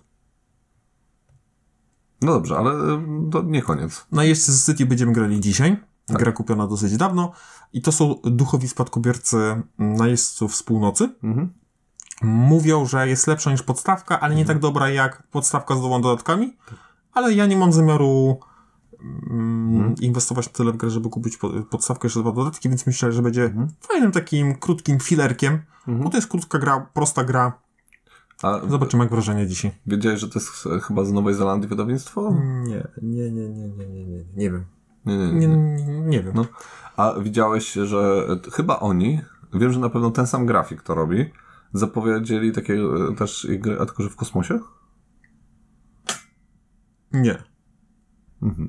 No dobrze, ale yy, to nie koniec. Najeźdźcy z City będziemy grali dzisiaj. Tak. Gra kupiona dosyć dawno. I to są duchowi spadkobiercy najeźdźców z północy. Mhm. Mówią, że jest lepsza niż podstawka, ale nie mhm. tak dobra jak podstawka z dwoma dodatkami. Ale ja nie mam zamiaru mm, mhm. inwestować tyle w grę, żeby kupić podstawkę jeszcze dwa dodatki, więc myślę, że będzie mhm. fajnym takim krótkim filerkiem. Mhm. Bo to jest krótka gra, prosta gra. A zobaczymy, jak wrażenie dzisiaj. Wiedziałeś, że to jest chyba z Nowej Zelandii wydawnictwo? Nie, nie, nie, nie, nie, nie, nie, nie wiem. Nie, nie, nie. Nie, nie, nie wiem. No. A widziałeś, że chyba oni, wiem, że na pewno ten sam grafik to robi, zapowiedzieli takie też gry, a tylko, że w kosmosie? Nie. Mhm.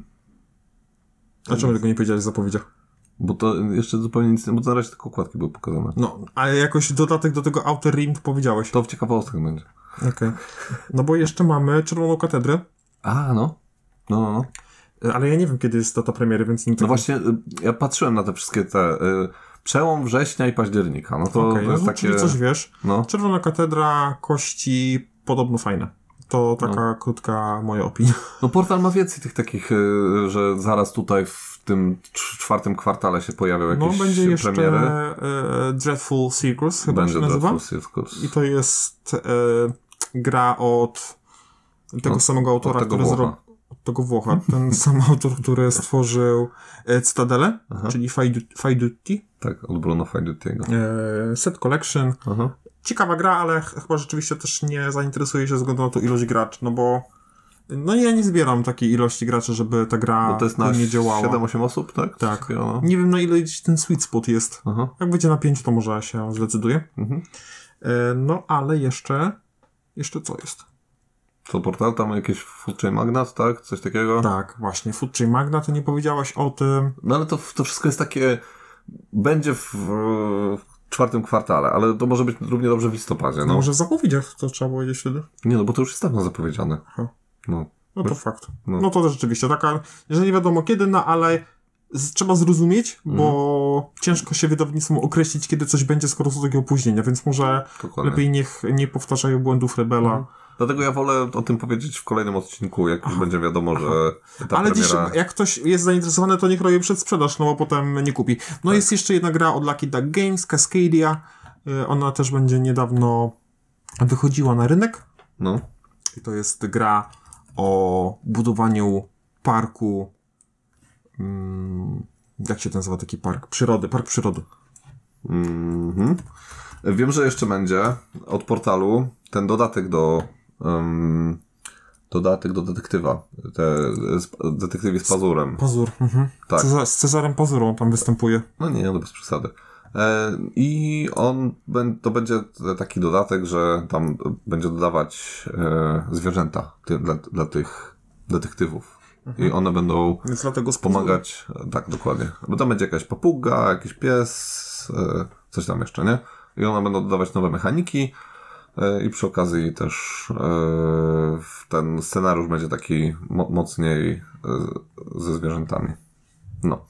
A czemu tego nie powiedziałeś w zapowiedziach? Bo to jeszcze zupełnie nic nie, bo na razie tylko okładki były pokazane. No, ale jakoś dodatek do tego Outer Rim powiedziałeś. To w ciekawostkach będzie. Okej. Okay. No bo jeszcze mamy Czerwoną Katedrę. A, no. No, no, no. Ale ja nie wiem, kiedy jest data premiery, więc nie No tak... właśnie, ja patrzyłem na te wszystkie te... Y, przełom września i października. No to, okay, to jest no, takie... Czyli coś wiesz. No. Czerwona Katedra, kości podobno fajne. To taka no. krótka moja opinia. No Portal ma więcej tych takich, y, że zaraz tutaj w tym czwartym kwartale się pojawią jakieś premiery. No będzie jeszcze y, Dreadful Circus chyba będzie się nazywa. Dreadful Circus. I to jest y, gra od tego no, samego autora, który zrobił tego Włocha. Ten sam autor, który stworzył e, Cytadelę, Aha. czyli Faidutti. Tak, od Bruno Faiduttiego. E, Set Collection. Aha. Ciekawa gra, ale ch- chyba rzeczywiście też nie zainteresuje się ze względu na tą ilość graczy, no bo no ja nie zbieram takiej ilości graczy, żeby ta gra no to jest na nie działała. siedem osiem osób, tak? Tak. No. Nie wiem, na ile ten sweet spot jest. Aha. Jak będzie na pięć, to może się zdecyduje. Mhm. E, no, ale jeszcze jeszcze co jest? Co portal? Tam jakieś Food Chain Magnat, tak? Coś takiego? Tak, właśnie. Food Chain Magnat, to nie powiedziałaś o tym. No ale to, to wszystko jest takie... Będzie w, w czwartym kwartale, ale to może być równie dobrze w listopadzie. No, no może w zapowiedziach to trzeba powiedzieć wtedy. Nie, no bo to już jest dawno zapowiedziane. Aha. No. no to fakt. No. no to też rzeczywiście taka, jeżeli wiadomo kiedy, no ale z, trzeba zrozumieć, mhm. bo ciężko się wydawnictwom określić, kiedy coś będzie, skoro są takie opóźnienia, więc może Dokładnie. lepiej niech nie powtarzają błędów Rebela. Mhm. Dlatego ja wolę o tym powiedzieć w kolejnym odcinku, jak już Aha. będzie wiadomo, że ta Ale premiera... dziś, jak ktoś jest zainteresowany, to niech robi przedsprzedaż, no bo potem nie kupi. No tak. Jest jeszcze jedna gra od Lucky Duck Games, Cascadia. Ona też będzie niedawno wychodziła na rynek. No. I to jest gra o budowaniu parku... Hmm, jak się nazywa taki park? Przyrody, park przyrody. Mhm. Wiem, że jeszcze będzie od portalu ten dodatek do um, dodatek do detektywa. Te, detektywi z pazurem. Pazur. Mhm. Tak. Ceza- z Cezarem Pazurą tam występuje. No nie, no bez przesady. E, I on to będzie taki dodatek, że tam będzie dodawać e, zwierzęta ty, dla, dla tych detektywów. Mhm. I one będą Więc dlatego pomagać. Tak, dokładnie. Bo tam będzie jakaś papuga, jakiś pies, e, coś tam jeszcze, nie? I one będą dodawać nowe mechaniki e, i przy okazji też e, ten scenariusz będzie taki mo- mocniej e, ze zwierzętami. No.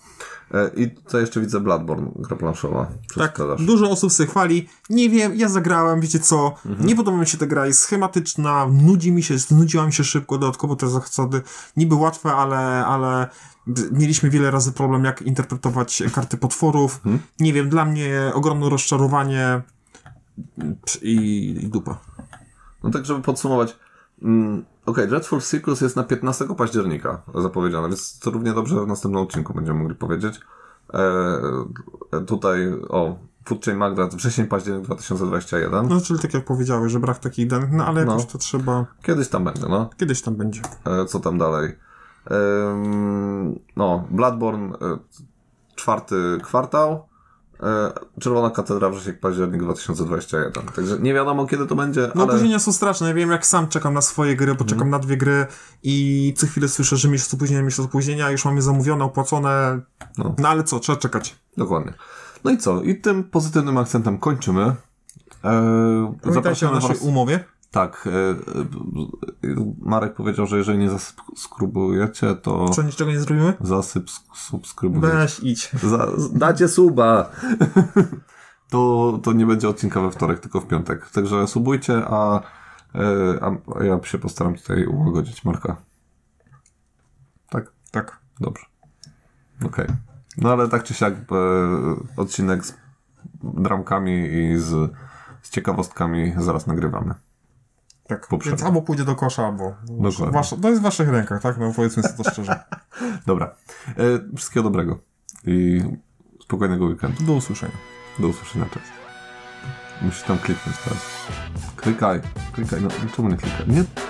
I tutaj jeszcze widzę Bloodborne, gra planszowa. Tak, dużo osób sobie chwali. Nie wiem, ja zagrałem, wiecie co, mhm. nie podoba mi się ta gra, jest schematyczna, nudzi mi się, znudziła mi się szybko, dodatkowo te zasady niby łatwe, ale, ale mieliśmy wiele razy problem, jak interpretować karty potworów. Mhm. Nie wiem, dla mnie ogromne rozczarowanie i, i dupa. No tak, żeby podsumować, mm, okej, okay, Dreadful Circus jest na piętnastego października zapowiedziane, więc to równie dobrze w następnym odcinku będziemy mogli powiedzieć. E, tutaj, o, Food Chain Magda, wrzesień, październik dwa tysiące dwudziesty pierwszy. No, czyli tak jak powiedziałeś, że brak takich danych, no ale jakoś no, to trzeba... Kiedyś tam będzie, no. Kiedyś tam będzie. E, co tam dalej? E, no, Bloodborne, e, czwarty kwartał. Czerwona Katedra, wrzesień, październik dwa tysiące dwudziesty pierwszy. Także nie wiadomo, kiedy to będzie, No ale... opóźnienia są straszne. Ja wiem, jak sam czekam na swoje gry, bo czekam mm. na dwie gry i co chwilę słyszę, że miesiąc opóźnienia, miesiąc opóźnienia, już mamy zamówione, opłacone. No. no ale co, trzeba czekać. Dokładnie. No i co? I tym pozytywnym akcentem kończymy. Eee, Pamiętajcie o naszej was... umowie. Tak. E, e, Marek powiedział, że jeżeli nie zasubskrybujecie, to... Co, niczego nie zrobimy? Zasubskrybujecie. Weź, idź. Za, dacie suba. to, to nie będzie odcinka we wtorek, tylko w piątek. Także subujcie, a, a ja się postaram tutaj ułagodzić Marka. Tak? Tak. Dobrze. Okej. Okay. No ale tak czy siak e, odcinek z dramkami i z, z ciekawostkami zaraz nagrywamy. Tak, więc albo pójdzie do kosza, albo... Wasze, to jest w waszych rękach, tak? No powiedzmy sobie to szczerze. Dobra. E, wszystkiego dobrego i spokojnego weekendu. Do usłyszenia. Do usłyszenia, cześć. Musisz tam kliknąć teraz. Klikaj, klikaj, no czemu nie klikaj? Nie...